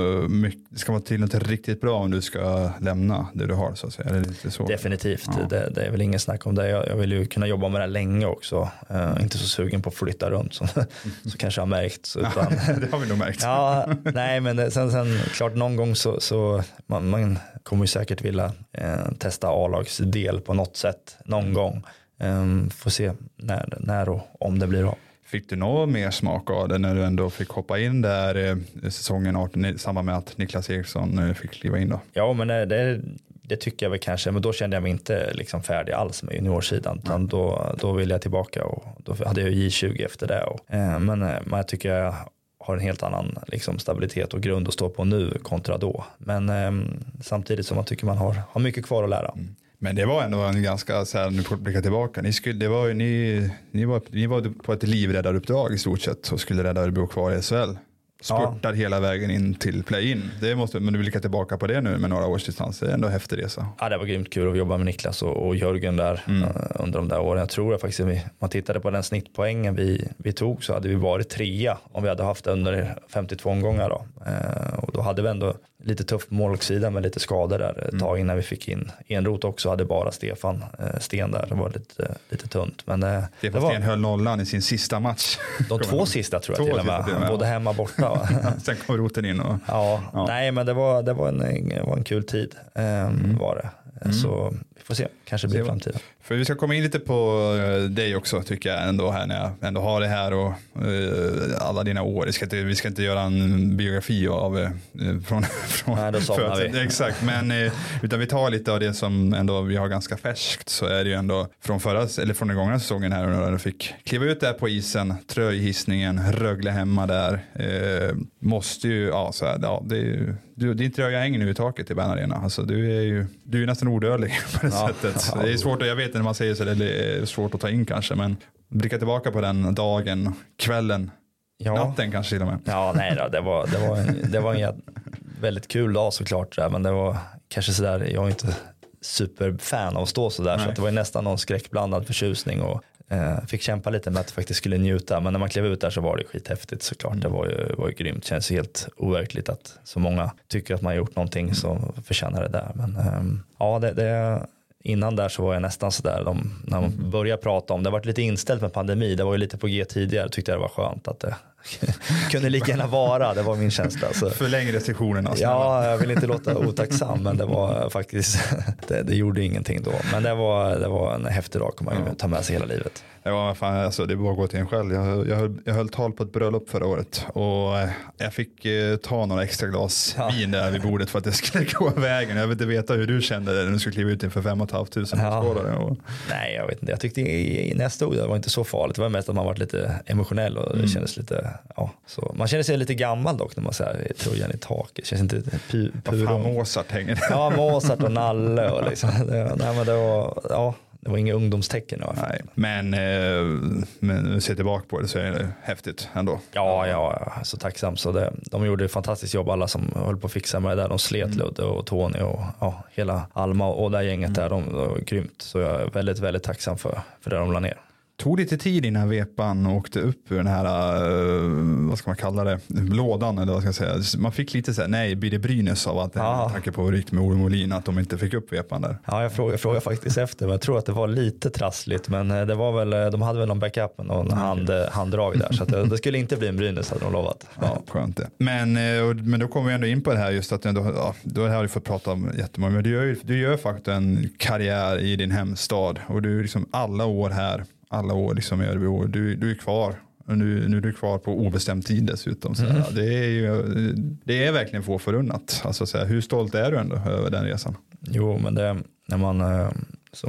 det ska vara till något riktigt bra om du ska lämna det du har så att säga. Är det lite så? Definitivt, ja. det, det är väl ingen snack om det. Jag, jag vill ju kunna jobba med det länge också. Uh, inte så sugen på att flytta runt som, så kanske jag har märkt. Utan, det har vi nog märkt. ja, nej men sen, sen klart någon gång så, så man, man kommer ju säkert vilja eh, testa A-lagsdel på något sätt någon gång. Um, får se när, när och om det blir av. Fick du något mer smak av det när du ändå fick hoppa in där eh, säsongen arton i samband med att Niklas Eriksson eh, fick kliva in då? Ja, men det, det, det tycker jag väl kanske. Men då kände jag mig inte liksom färdig alls med juniorsidan. Utan då, då ville jag tillbaka och då hade jag J tjugo efter det. Och, eh, men, eh, men jag tycker jag har en helt annan liksom, stabilitet och grund att stå på nu kontra då. Men eh, samtidigt som man tycker man har, har mycket kvar att lära. Mm. Men det var ändå en ganska, så här, nu får jag blicka tillbaka, ni, skulle, det var ju, ni, ni, var, ni var på ett livräddaruppdrag i stort sett och skulle rädda Örebro kvar i S H L. Spurtar ja. hela vägen in till play-in. Det måste, men du vill blicka tillbaka på det nu med några års distans. Det är ändå en häftig resa. Ja, det var grymt kul att jobba med Niklas och, och Jörgen där mm. uh, under de där åren. Jag tror att faktiskt om man tittade på den snittpoängen vi, vi tog så hade vi varit trea om vi hade haft under femtiotvå omgångar då. Uh, och då hade vi ändå lite tuff målsida med lite skador där ett tag innan vi fick in Enrot också, hade bara Stefan eh, Sten där, det var lite, eh, lite tunt. Men eh, Stefan det var, Sten höll nollan i sin sista match. De två sista tror jag två till och med, till och med både hemma och borta. Sen kom roten in. Och, ja, ja, nej men det var, det var, en, det var en kul tid eh, mm. var det. Mm. Så vi får se, kanske blir framtiden. För vi ska komma in lite på dig också tycker jag ändå här när jag ändå har det här och uh, alla dina år. Vi ska, inte, vi ska inte göra en biografi av uh, från, från nej, då somnar vi. Exakt, men uh, utan vi tar lite av det som ändå vi har ganska färskt, så är det ju ändå från förra, eller från den gångna säsongen här när du fick kliva ut där på isen, tröjhissningen, Rögle hemma där. Uh, måste ju, ja så här, ja, det är ju Du, din tröja hänger nu i taket i Bern Arena. Alltså, du är ju du är nästan odödlig på det ja, sättet. Ja, det är svårt, jag vet när man säger så, det är svårt att ta in kanske, men blicka tillbaka på den dagen, kvällen, ja. natten kanske till och med. Ja, nej då, det var, det var, en, det var en väldigt kul dag såklart, men det var kanske sådär, jag är inte superfan av att stå sådär, nej. Så att det var nästan någon skräckblandad förtjusning och eh, fick kämpa lite med att jag faktiskt skulle njuta, men när man klev ut där så var det skithäftigt såklart. Mm. Det var ju, var ju grymt, känns helt overkligt att så många tycker att man har gjort någonting mm. som förtjänar det där, men eh, ja det, det innan där så var jag nästan sådär, de, när man mm. började prata om det, har varit lite inställt med pandemi, det var ju lite på G tidigare, tyckte jag det var skönt att det kunde lika gärna vara, det var min känsla. Så. Förläng restriktionerna. Ja, jag vill inte låta otacksam, men det var faktiskt, det, det gjorde ingenting då. Men det var, det var en häftig dag, kommer man ja. ta med sig hela livet. Det var fan, alltså, det var att gå till en själv. Jag, jag, höll, jag höll tal på ett bröllop förra året och jag fick eh, ta några extra glas ja. vin där vid bordet för att det skulle gå vägen. Jag vill inte veta hur du kände det när du skulle kliva ut inför fem och ett halvt tusen ja. skådare. Och... Nej, jag vet inte. Jag tyckte i, i nästa ord det var inte så farligt. Det var mest att man var lite emotionell och mm. det kändes lite, ja, så. Man känner sig lite gammal dock när man säger tröjan i taket. Det känns inte pu- pur. Fan, Mozart hänger. Ja, Mozart och Nalle och liksom. Det, nej, men det var, ja. Det var inga ungdomstecken. Nej, men, eh, men nu ser tillbaka på det så är det häftigt ändå. Ja, ja, så tacksam. Så det, de gjorde ett fantastiskt jobb, alla som höll på att fixa med det där. De slet mm. Ludde och Tony och ja, hela Alma och det gänget mm. där. De var grymt. Så jag är väldigt, väldigt tacksam för, för det de la ner. Tog lite tid innan vepan åkte upp ur den här, uh, vad ska man kalla det, lådan eller vad ska jag säga. Man fick lite så här, nej, blir det Brynäs av att ja. tanke på hur det gick med Olle Molin att de inte fick upp vepan där? Ja, jag frågade, jag frågade faktiskt efter, men jag tror att det var lite trassligt, men det var väl, de hade väl någon backup och någon hand, handdrag där, så att det, det skulle inte bli en Brynäs, hade de lovat. Ja, ja skönt det. Men, men då kommer vi ändå in på det här just att ändå, ja, då har du fått prata om jättemånga, men du gör, du gör faktiskt en karriär i din hemstad och du är liksom alla år här. Alla år liksom i Örebro. Du, du är kvar. Och nu, nu är du kvar på obestämd tid dessutom. Så mm. det är ju det är verkligen få förunnat. Alltså, så här, hur stolt är du ändå över den resan? Jo, men det, när man som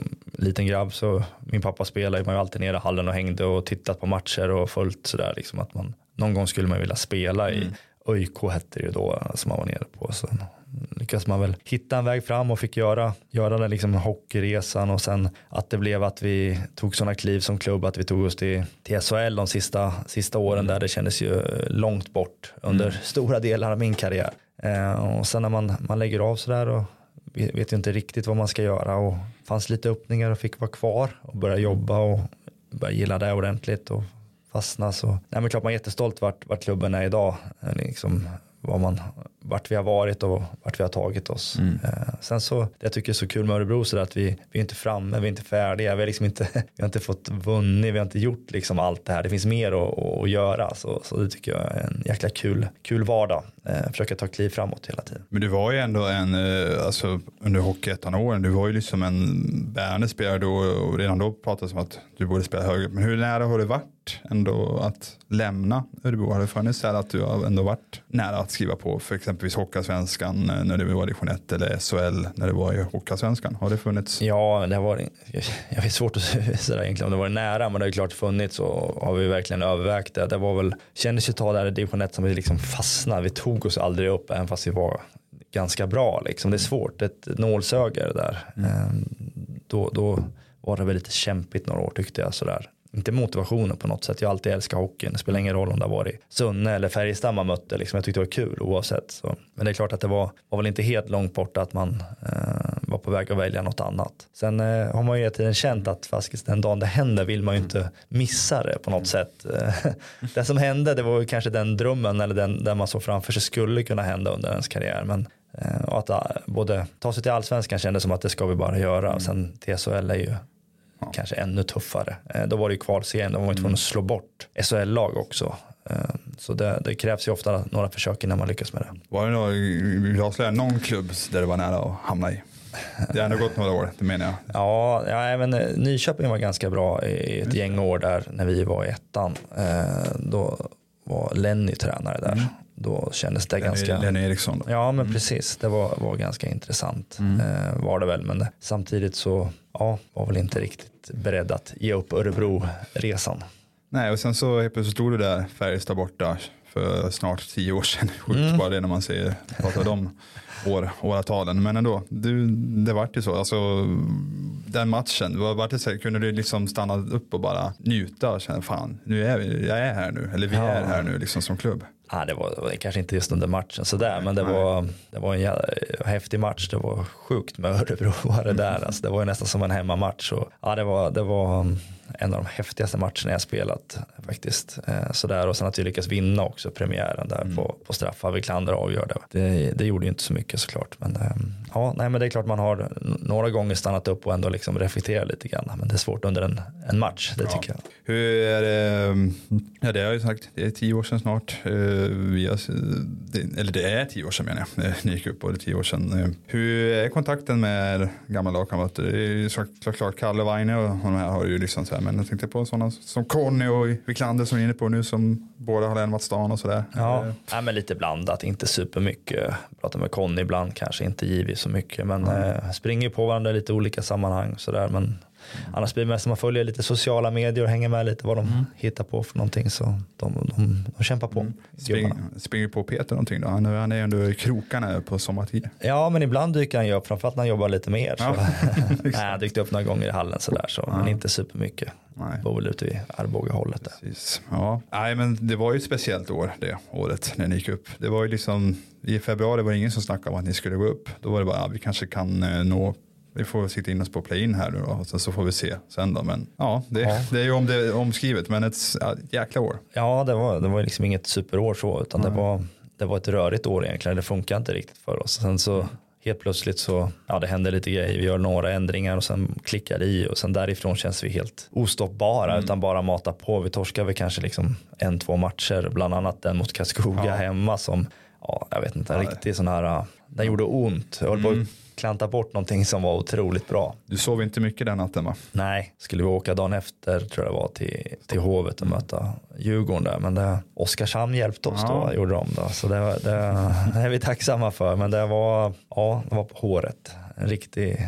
liten grabb så min pappa spelade, man var alltid nere i hallen och hängde och tittat på matcher och följt sådär liksom att man, någon gång skulle man vilja spela i mm. Ö I K hette det ju då som man var nere på. Så lyckas man väl hitta en väg fram och fick göra, göra den liksom hockeyresan och sen att det blev att vi tog sådana kliv som klubb att vi tog oss till, till S H L de sista, sista åren mm. där det kändes ju långt bort under mm. stora delar av min karriär. Eh, och sen när man, man lägger av sådär och vet ju inte riktigt vad man ska göra och fanns lite öppningar och fick vara kvar och börja jobba och börja gilla det ordentligt och fastna så. Nej men klart man är jättestolt vart, vart klubben är idag. Liksom vad man, vart vi har varit och vart vi har tagit oss. Mm. Eh, sen så, det jag tycker är så kul med Örebro så att vi, vi är inte framme, vi är inte färdiga. Vi har liksom inte, vi har inte fått vunnit, vi har inte gjort liksom allt det här. Det finns mer att, att göra. Så, så det tycker jag är en jäkla kul, kul vardag. Eh, försöka ta kliv framåt hela tiden. Men du var ju ändå en, alltså under hockeyettan-åren, du var ju liksom en bärande spelare då och redan då pratades om att du borde spela högre. Men hur nära har det varit ändå att lämna Örebro? Har det funnits så att du har ändå varit nära att skriva på för exempelvis Hockeyallsvenskan när det var division ett eller S H L när det var i Hockeyallsvenskan? Har det funnits? Ja, det har varit, jag vet svårt att säga egentligen om det var nära, men det har ju klart funnits och har vi verkligen övervägt det. Det var väl, kändes ju ta där i division ett som vi liksom fastnade. Vi tog oss aldrig upp även fast vi var ganska bra liksom. Det är svårt, ett nålsöger där. Mm. Då, då var det väl lite kämpigt några år tyckte jag sådär. Inte motivationen på något sätt. Jag har alltid älskat hockeyn. Det spelar ingen roll om det har varit Sunne eller Färjestad man mötte. Liksom. Jag tyckte det var kul oavsett. Så. Men det är klart att det var, var väl inte helt långt bort att man eh, var på väg att välja något annat. Sen eh, har man ju hela tiden känt att faktiskt den dagen det händer vill man ju inte missa det på något sätt. Det som hände det var ju kanske den drömmen eller den där man såg framför sig skulle kunna hända under ens karriär. Men eh, och att äh, både ta sig till allsvenskan kändes som att det ska vi bara göra. Och sen T S H L är ju kanske ännu tuffare. Eh, då var det ju kvalserien, då var man tvungen att slå bort S H L-lag också. Eh, så det, det krävs ju ofta några försök innan man lyckas med det. Var det någon, jag avslöjar någon klubb där det var nära att hamna i? Det har ändå gått några år, det menar jag. Ja, ja även Nyköping var ganska bra i ett gäng år där när vi var i ettan. Eh, då var Lenny tränare där. Mm. Då kändes det Lenny, ganska... Lenny Eriksson då. Ja, men mm. precis. Det var, var ganska intressant. Mm. Eh, var det väl. Men det, samtidigt så ja, var väl inte riktigt beredd att ge upp Örebro-resan. Nej, och sen så helt plötsligt stod du där Färjestad borta för snart tio år sedan. Sjukt mm. bara det när man ser, pratar om år, åratalen. Men ändå, du, det var ju så. Alltså, den matchen, var det så, kunde du liksom stanna upp och bara njuta och känna, fan, nu är vi, jag är här nu. Eller vi ja. är här nu liksom som klubb. Ja, det var, det var kanske inte just under matchen sådär, men det var, det var en jävla, häftig match. Det var sjukt med Örebro var det där. Alltså, det var ju nästan som en hemmamatch. Och, ja, det var, det var en av de häftigaste matcherna jag spelat faktiskt. Eh, sådär. Och sen att vi lyckas vinna också premiären där mm. på, på straffar. Wiklander avgör det. det. Det gjorde ju inte så mycket såklart. Men, eh, ja, nej, men det är klart man har några gånger stannat upp och ändå liksom reflekterat lite grann. Men det är svårt under en, en match, det ja. tycker jag. Hur är det? Ja, det har jag ju sagt. Det är tio år sedan snart. Vi har, det, eller det är tio år sedan menar jag. Ni gick upp och det är tio år sedan. Hur är kontakten med gamla lagkamrater? Det är ju såklart klart, Kalle Weine och de här har ju liksom så här. Men jag tänkte på sådana som Conny och Wiklander som är inne på nu som båda har lämnat stan och sådär. Ja, ja, men lite blandat. Inte supermycket. Pratar med Conny ibland kanske inte givet så mycket. Men mm. eh, springer på varandra i lite olika sammanhang sådär. Men mm. annars blir det mest att man följer lite sociala medier och hänger med lite vad de mm. hittar på för någonting. Så de, de, de kämpar på. Mm. Spring, springer på Peter någonting då? Han, han är ju ändå i krokarna på sommartid. Ja, men ibland dyker han ju upp. Framförallt när han jobbar lite mer. Så. Ja. Nej, han dykt upp några gånger i hallen sådär. Så, ja. Men inte supermycket. Nej. Var väl ute i Arboga-hållet där. Precis. Ja. Nej, men det var ju ett speciellt år det året när ni gick upp. Det var ju liksom, i februari var det ingen som snackade om att ni skulle gå upp. Då var det bara, ja, vi kanske kan eh, nå, vi får sitta in oss på play-in här nu då, och sen så får vi se sen då. Men ja, det, ja. det är ju om det, omskrivet, men ett ja, jäkla år. Ja, det var, det var liksom inget superår så, utan mm. det, var, det var ett rörigt år egentligen. Det funkar inte riktigt för oss. Sen så helt plötsligt så, ja, det händer lite grejer. Vi gör några ändringar och sen klickar det i och sen därifrån känns vi helt ostoppbara mm. utan bara mata på. Vi torskar vi kanske liksom en, två matcher, bland annat den mot Karlskoga ja. hemma som, ja, jag vet inte, ja, riktigt sån här, den gjorde ont. Jag höll mm. på att klanta bort någonting som var otroligt bra. Du sov inte mycket den natten va? Nej, skulle vi åka dagen efter tror jag det var till, till Hovet och möta Djurgården där. Men det, Oskarshamn hjälpte oss ja. då, gjorde de då. Så det, det, det är vi tacksamma för. Men det var, ja, det var på håret. En riktig,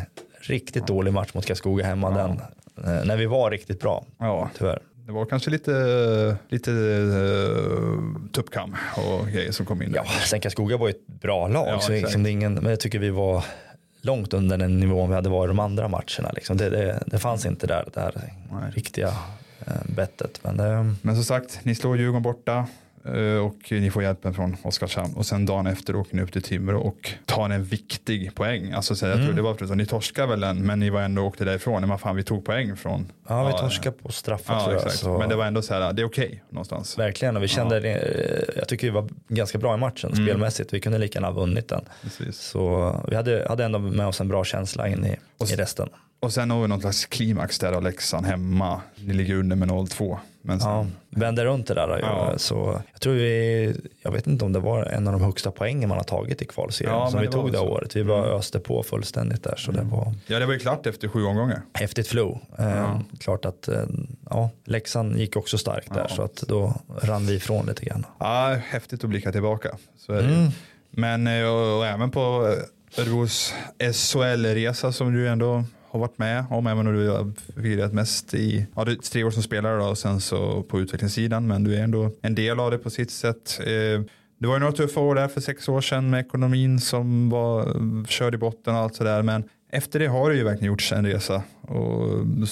riktigt dålig match mot Karlskoga hemma Ja. den. Eh, när vi var riktigt bra, Ja. tyvärr. Det var kanske lite, lite uh, tuppkam och grejer som kom in. Ja, sen Karlskoga var ju ett bra lag. Ja, så liksom det är ingen, men jag tycker vi var långt under den nivån vi hade varit i de andra matcherna. Liksom. Det, det, det fanns inte där, det här Nej. riktiga eh, bettet. Men, det, Men som sagt, ni slår Djurgården borta och ni får hjälpen från Oskarshamn. Och sen dagen efter åker ni upp till Timrå och tar en viktig poäng. Alltså, så jag Mm. tror det var för att ni torskade väl den, men ni var ändå åkte därifrån. Men fan, vi tog poäng från... ja, vi torskade på straffar Ja, tror jag. exakt. Så, Men det var ändå så här, det är okej okay, någonstans. verkligen, och vi kände det, jag tycker vi var ganska bra i matchen Mm. spelmässigt. Vi kunde lika gärna ha vunnit den. Precis. Så vi hade, hade ändå med oss en bra känsla in i, Och s- i resten. Och sen har vi någon slags klimax där av Leksand hemma. Ni ligger under med noll två. Men sen, Ja, vände runt det där. Då, Ja. Så jag tror vi, jag vet inte om det var en av de högsta poängen man har tagit i kvalserien Ja, som men vi det var tog det så. året. Vi bara öste på fullständigt där, så det var ja, det var ju klart efter sju omgångar. häftigt flow. Eh, Ja. klart att eh, ja, Leksand gick också starkt där, Ja. så att då rann vi ifrån lite grann. Ja, häftigt att blicka tillbaka. Så är det. Mm. Men eh, och, och även på eh, Örebros S H L-resa som du ändå har varit med om, även om du har virat mest i, ja, du är tre år som spelare då, och sen så på utvecklingssidan, men du är ändå en del av det på sitt sätt. Eh, det var ju några tuffa år där för sex år sedan med ekonomin som var körd i botten och allt sådär, men efter det har det ju verkligen gjorts en resa. Och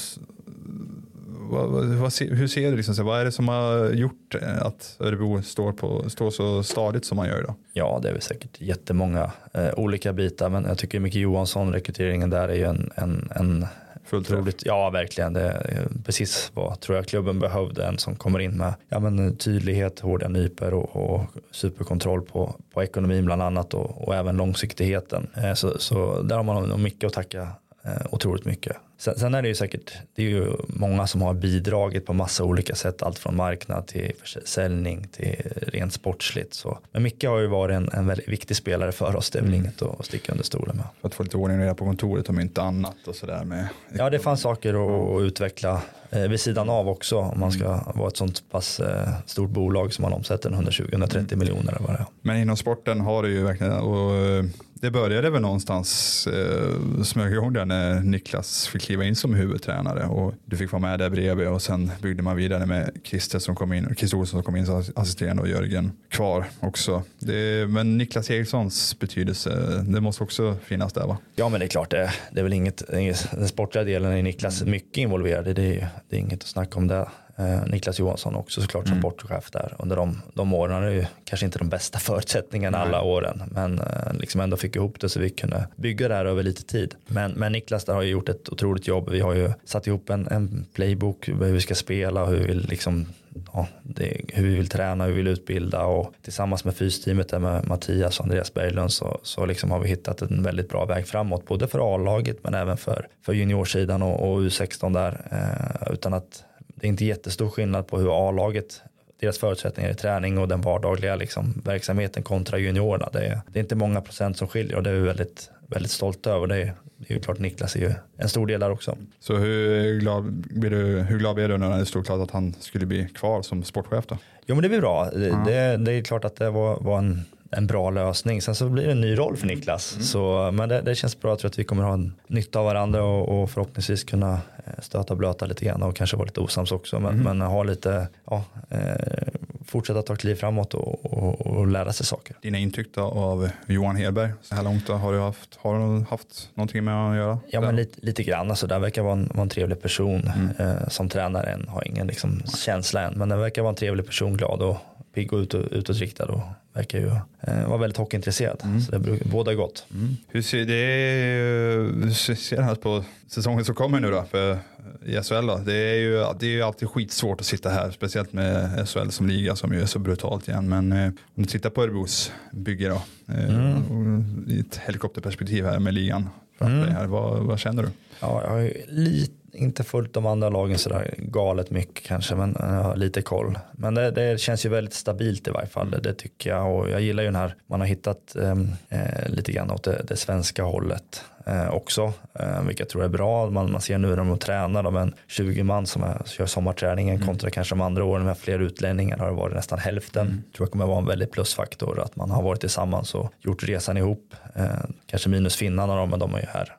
vad, vad, vad, hur ser du liksom, så vad är det som har gjort att Örebro står, på, står så stadigt som man gör idag? Ja, det är väl säkert jättemånga eh, olika bitar, men jag tycker Micke Johansson, rekryteringen där är ju en, en, en Fullt träff. otroligt, ja verkligen, det är precis vad tror jag klubben behövde, en som kommer in med ja, men, tydlighet, hårda nyper och, och superkontroll på, på ekonomin bland annat, och, och även långsiktigheten. Eh, så, så där har man nog mycket att tacka eh, otroligt mycket. Sen, sen är det ju säkert, det är ju många som har bidragit på massa olika sätt, allt från marknad till försäljning till rent sportsligt. Så. Men Micke har ju varit en, en väldigt viktig spelare för oss, det är väl Mm. inget att sticka under stolen med. För att få lite ordning och reda på kontoret om inte annat och sådär med. Ja, det fanns saker att, att utveckla eh, vid sidan av också, om man ska vara ett sånt pass eh, stort bolag som man omsätter hundratjugo till hundratrettio miljoner eller vad det är. Men inom sporten har det ju verkligen, och eh, det började väl någonstans eh, smög igång där när Niklas fick kliva in som huvudtränare och du fick vara med där bredvid, och sen byggde man vidare med Christer som kom in, Christer Olsson som kom in som assisterande och Jörgen kvar också. Det, men Niklas Erikssons betydelse, det måste också finnas där, va? Ja, men det är klart, det, det är väl inget, den sportliga delen är Niklas mycket involverad i, det är, det är inget att snacka om det. Eh, Niklas Johansson också såklart som Mm. sportchef där under de, de åren. Det är ju kanske inte de bästa förutsättningarna Nej. alla åren, men eh, liksom ändå fick ihop det så vi kunde bygga det här över lite tid. Men, men Niklas där har ju gjort ett otroligt jobb. Vi har ju satt ihop en, en playbook hur vi ska spela, hur vi vill liksom ja, det, hur vi vill träna, hur vi vill utbilda, och tillsammans med fysteamet där med Mattias och Andreas Berglund så, så liksom har vi hittat en väldigt bra väg framåt, både för A-laget men även för, för juniorsidan och, och U sexton där, eh, utan att det är inte jättestor skillnad på hur A-laget, deras förutsättningar i träning och den vardagliga liksom, verksamheten kontra juniorerna. Det är, det är inte många procent som skiljer, och det är vi väldigt, väldigt stolta över. Det är, det är ju klart, Niklas är ju en stor del där också. Så hur glad blir du, hur glad blir du när det stod klart att han skulle bli kvar som sportchef då? Jo, men det blir bra. Det, Ja. det, det är klart att det var, var en, en bra lösning. Sen så blir det en ny roll för Niklas. Mm. Så, men det, det känns bra. Jag tror att vi kommer ha en nytta av varandra och, och förhoppningsvis kunna stöta och blöta lite grann och kanske vara lite osams också. Men, Mm. men ha lite, ja, eh, fortsätta ta kliv framåt och, och, och lära sig saker. Dina intryck då av Johan Hedberg så här långt då, har du haft, har du haft någonting med att göra? Ja, men lite, lite grann. Alltså, där verkar vara en, vara en trevlig person. Mm. Eh, som tränare än, har ingen liksom, känsla än. Men den verkar vara en trevlig person, glad och pigg och ut, utåtriktad, och verkar ju eh, vara väldigt hockeyintresserad. Mm. Så det brukar båda gott. Mm. Hur ser det hur ser det här på säsongen som kommer nu då för i S H L då? Det är ju, det är ju alltid skitsvårt att sitta här, speciellt med S H L som liga som ju är så brutalt igen. Men eh, om du tittar på Örebros bygge då, eh, Mm. och i ett helikopterperspektiv här med ligan framför Mm. dig här, vad, vad känner du? Ja, jag har ju lite, inte följt de andra lagen sådär galet mycket kanske, men jag har lite koll. Men det, det känns ju väldigt stabilt i varje fall, det, det tycker jag. Och jag gillar ju den här, man har hittat eh, lite grann åt det, det svenska hållet eh, också, eh, vilket jag tror är bra. Man, man ser nu när de tränar, de en tjugo man som är, kör sommarträningen mm. kontra kanske de andra åren med fler utlänningar har det varit nästan hälften. Mm. Tror jag kommer vara en väldigt plusfaktor att man har varit tillsammans och gjort resan ihop. Eh, kanske minus finnarna då, men de är ju här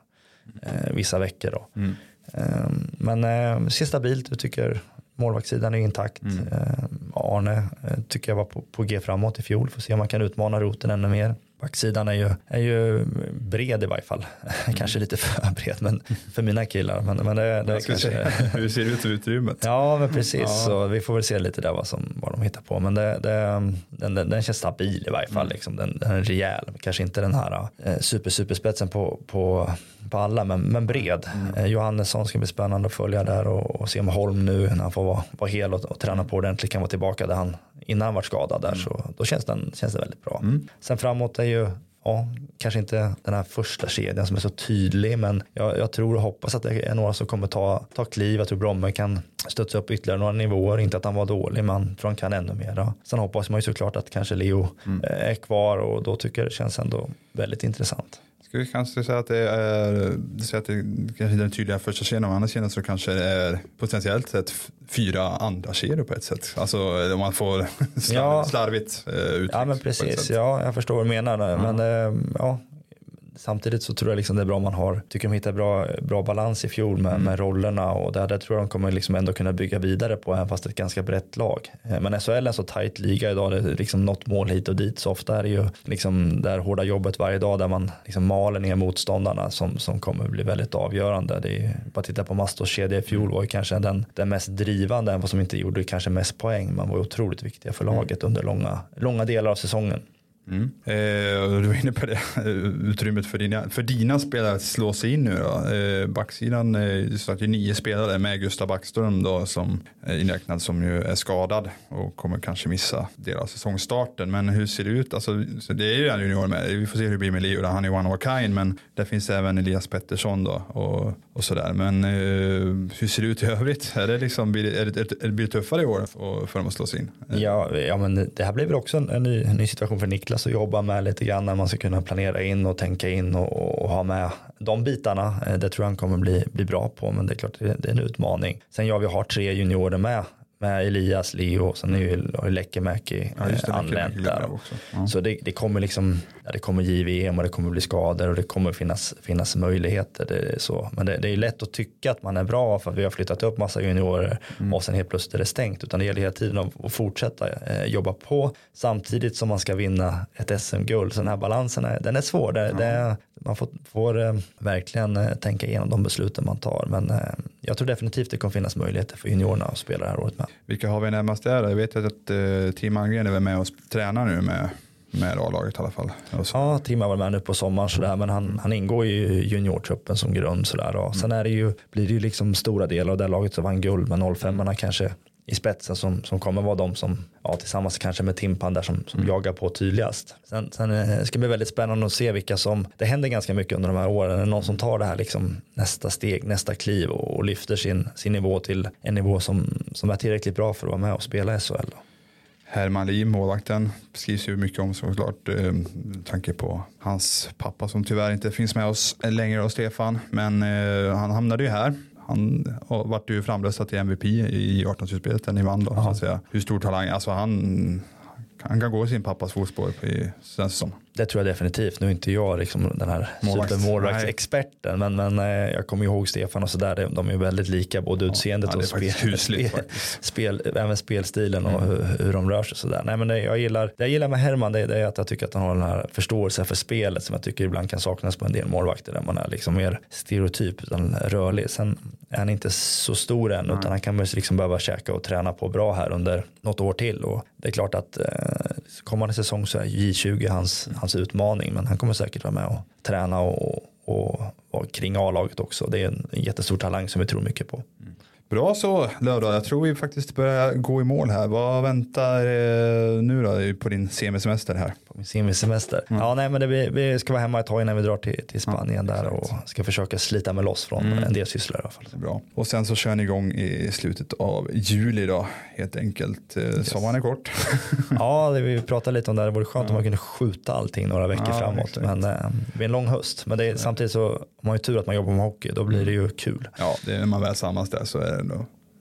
eh, vissa veckor då. Mm. Eh, men eh, ser stabilt, jag tycker målvaktssidan är intakt. Mm. Eh, Arne eh, tycker jag var på, på G framåt i fjol. Får se om man kan utmana roten ännu mer. Backsidan är ju, är ju bred i varje fall. Mm. Kanske lite för bred men för mina killar. Men, men det, det kanske... Hur ser det ut i utrymmet? Ja, men precis. Ja. Så vi får väl se lite där vad, som, vad de hittar på. Men det, det, den, den känns stabil i varje fall. Mm. Liksom. Den, den är rejäl. Kanske inte den här eh, super, superspetsen på, på, på alla, men, men bred. Mm. Eh, Johannesson ska bli spännande att följa där och, och se om Holm nu när han får vara, vara hel och, och träna på ordentligt kan vara tillbaka där han innan han var skadad där. Mm. Så då känns, den, känns det väldigt bra. Mm. Sen framåt är ju ja, kanske inte den här första kedjan som är så tydlig, men jag, jag tror och hoppas att det är några som kommer ta, ta kliv. Jag tror Bromme kan stötta upp ytterligare några nivåer. Inte att han var dålig, men tror han kan ännu mer. Sen hoppas man ju såklart att kanske Leo mm. är kvar och då tycker jag det känns ändå väldigt intressant. Ska vi kanske säga att det är, säga att det kanske är den tydliga första kedjan och andra kedjan så kanske det är potentiellt sett fyra andra kedjor på ett sätt. Alltså om man får slarv, ja. slarvigt uh, uttryck. Ja men precis, ja jag förstår vad du menar. Mm. Men uh, ja, samtidigt så tror jag liksom det är bra om man har, tycker de hittar bra, bra balans i fjol med, mm. med rollerna och där, där tror jag de kommer liksom ändå kunna bygga vidare på även fast det är ett ganska brett lag. Men S H L är en så tajt liga idag, det är liksom något mål hit och dit så ofta är det ju liksom det här hårda jobbet varje dag där man liksom maler ner motståndarna som, som kommer bli väldigt avgörande. Det är bara att titta på Mastos kedja i fjol var ju kanske den, den mest drivande än vad som inte gjorde kanske mest poäng. Man var otroligt viktiga för laget mm. under långa, långa delar av säsongen. Mm. Eh, du var inne på det utrymmet för dina, för dina spelare att slå sig in nu då. Eh, backsidan eh, så att det är nio spelare med Gustav Backström då som är inräknad som ju är skadad och kommer kanske missa delar av säsongstarten. Men hur ser det ut? Alltså, så det är ju en junior med. Vi får se hur det blir med Leo. Han är one of a kind, men där finns även Elias Pettersson då och, och sådär. Men eh, hur ser det ut i övrigt? Är det liksom, blir det, är det, är det, blir det tuffare i år för, för dem att slå sig in? Ja, ja men det här blir väl också en, en, ny, en ny situation för Niklas att jobba med lite grann när man ska kunna planera in och tänka in och, och ha med de bitarna. Det tror jag han kommer bli, bli bra på, men det är klart det, det är en utmaning. Sen ja, vi har tre juniorer med med Elias, Leo och sen är ju Lekemäki ja, anlänt där. Ja. Så det, det kommer liksom ja, det kommer J V M och det kommer bli skador och det kommer finnas, finnas möjligheter. Det är så. Men det, det är lätt att tycka att man är bra för att vi har flyttat upp massa juniorer mm. och sen helt plötsligt är det stängt. Utan det gäller hela tiden att, att fortsätta eh, jobba på samtidigt som man ska vinna ett S M-guld. Så den här balansen är, den är svår. Det, ja. det, man får, får eh, verkligen eh, tänka igenom de besluten man tar. Men eh, jag tror definitivt det kommer finnas möjligheter för juniorerna att spela det här året med. Vilka har vi närmast där? Jag vet att uh, Tim Angren är väl med och tränar nu med, med A-laget i alla fall. Ja, Tim var med nu på sommaren sådär, men han, han ingår i juniortruppen som grund sådär. Och mm. sen är det ju, blir det ju liksom stora delar av det laget som vann guld med noll fem kanske i spetsen som, som kommer vara de som ja, tillsammans kanske med Timpan där som, som mm. jagar på tydligast. Sen, sen ska det bli väldigt spännande att se vilka som, det händer ganska mycket under de här åren, är någon som tar det här liksom nästa steg, nästa kliv och, och lyfter sin, sin nivå till en nivå som, som är tillräckligt bra för att vara med och spela i S H L. Herman Lim, målvakten, beskrivs ju mycket om såklart eh, tanke på hans pappa som tyvärr inte finns med oss längre och Stefan, men eh, han hamnade ju här. Han vart ju framröstad till M V P i artonhundra-spelet där ni vann då, så att säga. Hur stor talang, alltså han, han kan gå i sin pappas fotspår i den säsongen. Det tror jag definitivt. Nu är inte jag liksom den här supermålvaktsexperten, men, men jag kommer ihåg Stefan och sådär. De är väldigt lika, både utseendet ja, och spel, husligt, spel, spel, även spelstilen och mm. hur, hur de rör sig. Sådär. Nej, men det, jag, gillar, det jag gillar med Herman det, det är att jag tycker att han har den här förståelsen för spelet som jag tycker ibland kan saknas på en del målvakter där man är liksom mer stereotyp utan rörlig. Sen är han inte så stor än mm. utan han kan liksom behöva käka och träna på bra här under något år till. Och det är klart att eh, kommande säsong så är J tjugo hans, hans utmaning, men han kommer säkert vara med och träna och, och vara kring A-laget också. Det är en, en jättestor talang som vi tror mycket på. Mm. Bra så, Lövdahl. Jag tror vi faktiskt börjar gå i mål här. Vad väntar eh, nu då på din semisemester här? På min semisemester? Mm. Ja, nej, men det, vi, vi ska vara hemma ett tag innan vi drar till, till Spanien ja, där och ska försöka slita med loss från mm. en del sysslor i alla fall. Bra. Och sen så kör ni igång i slutet av juli då, helt enkelt. Yes. Sommaren är kort. Ja, det, vi pratade lite om det. Det vore skönt ja. om man kunde skjuta allting några veckor ja, framåt. Exakt. Men eh, det blir en lång höst. Men det är, samtidigt så har man ju tur att man jobbar med hockey. Då blir det ju kul. Ja, det är, när man väl sammas där så är det ändå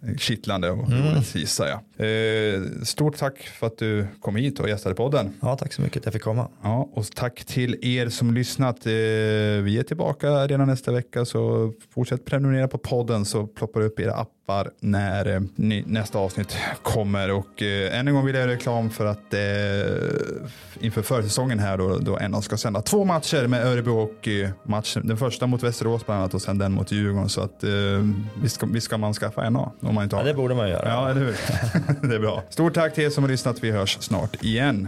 kittlande och Mm. roligt, gissar jag. Eh, stort tack för att du kom hit och gästade podden. Ja, tack så mycket att jag fick komma. Ja, och tack till er som lyssnat. Eh, vi är tillbaka redan nästa vecka, så fortsätt prenumerera på podden så ploppar det upp era appar när eh, ni, nästa avsnitt kommer. Och eh, än en gång vill jag göra reklam för att eh, inför försäsongen här då, då N H L ska sända två matcher med Örebro och eh, matchen, den första mot Västerås bland annat och sen den mot Djurgården, så att eh, vi, ska, vi ska man skaffa N H om man inte har. Ja, det borde man göra. Ja, eller hur? Det är bra. Stort tack till er som har lyssnat. Vi hörs snart igen.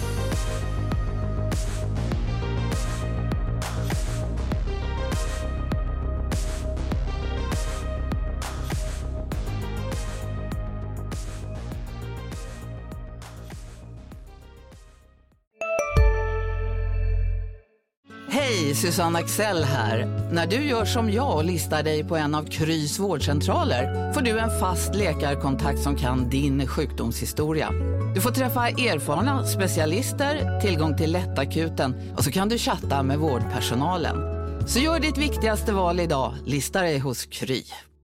Hej, Susanne Axel här. När du gör som jag och listar dig på en av Krys vårdcentraler får du en fast läkarkontakt som kan din sjukdomshistoria. Du får träffa erfarna specialister, tillgång till lättakuten och så kan du chatta med vårdpersonalen. Så gör ditt viktigaste val idag, listar dig hos Kry.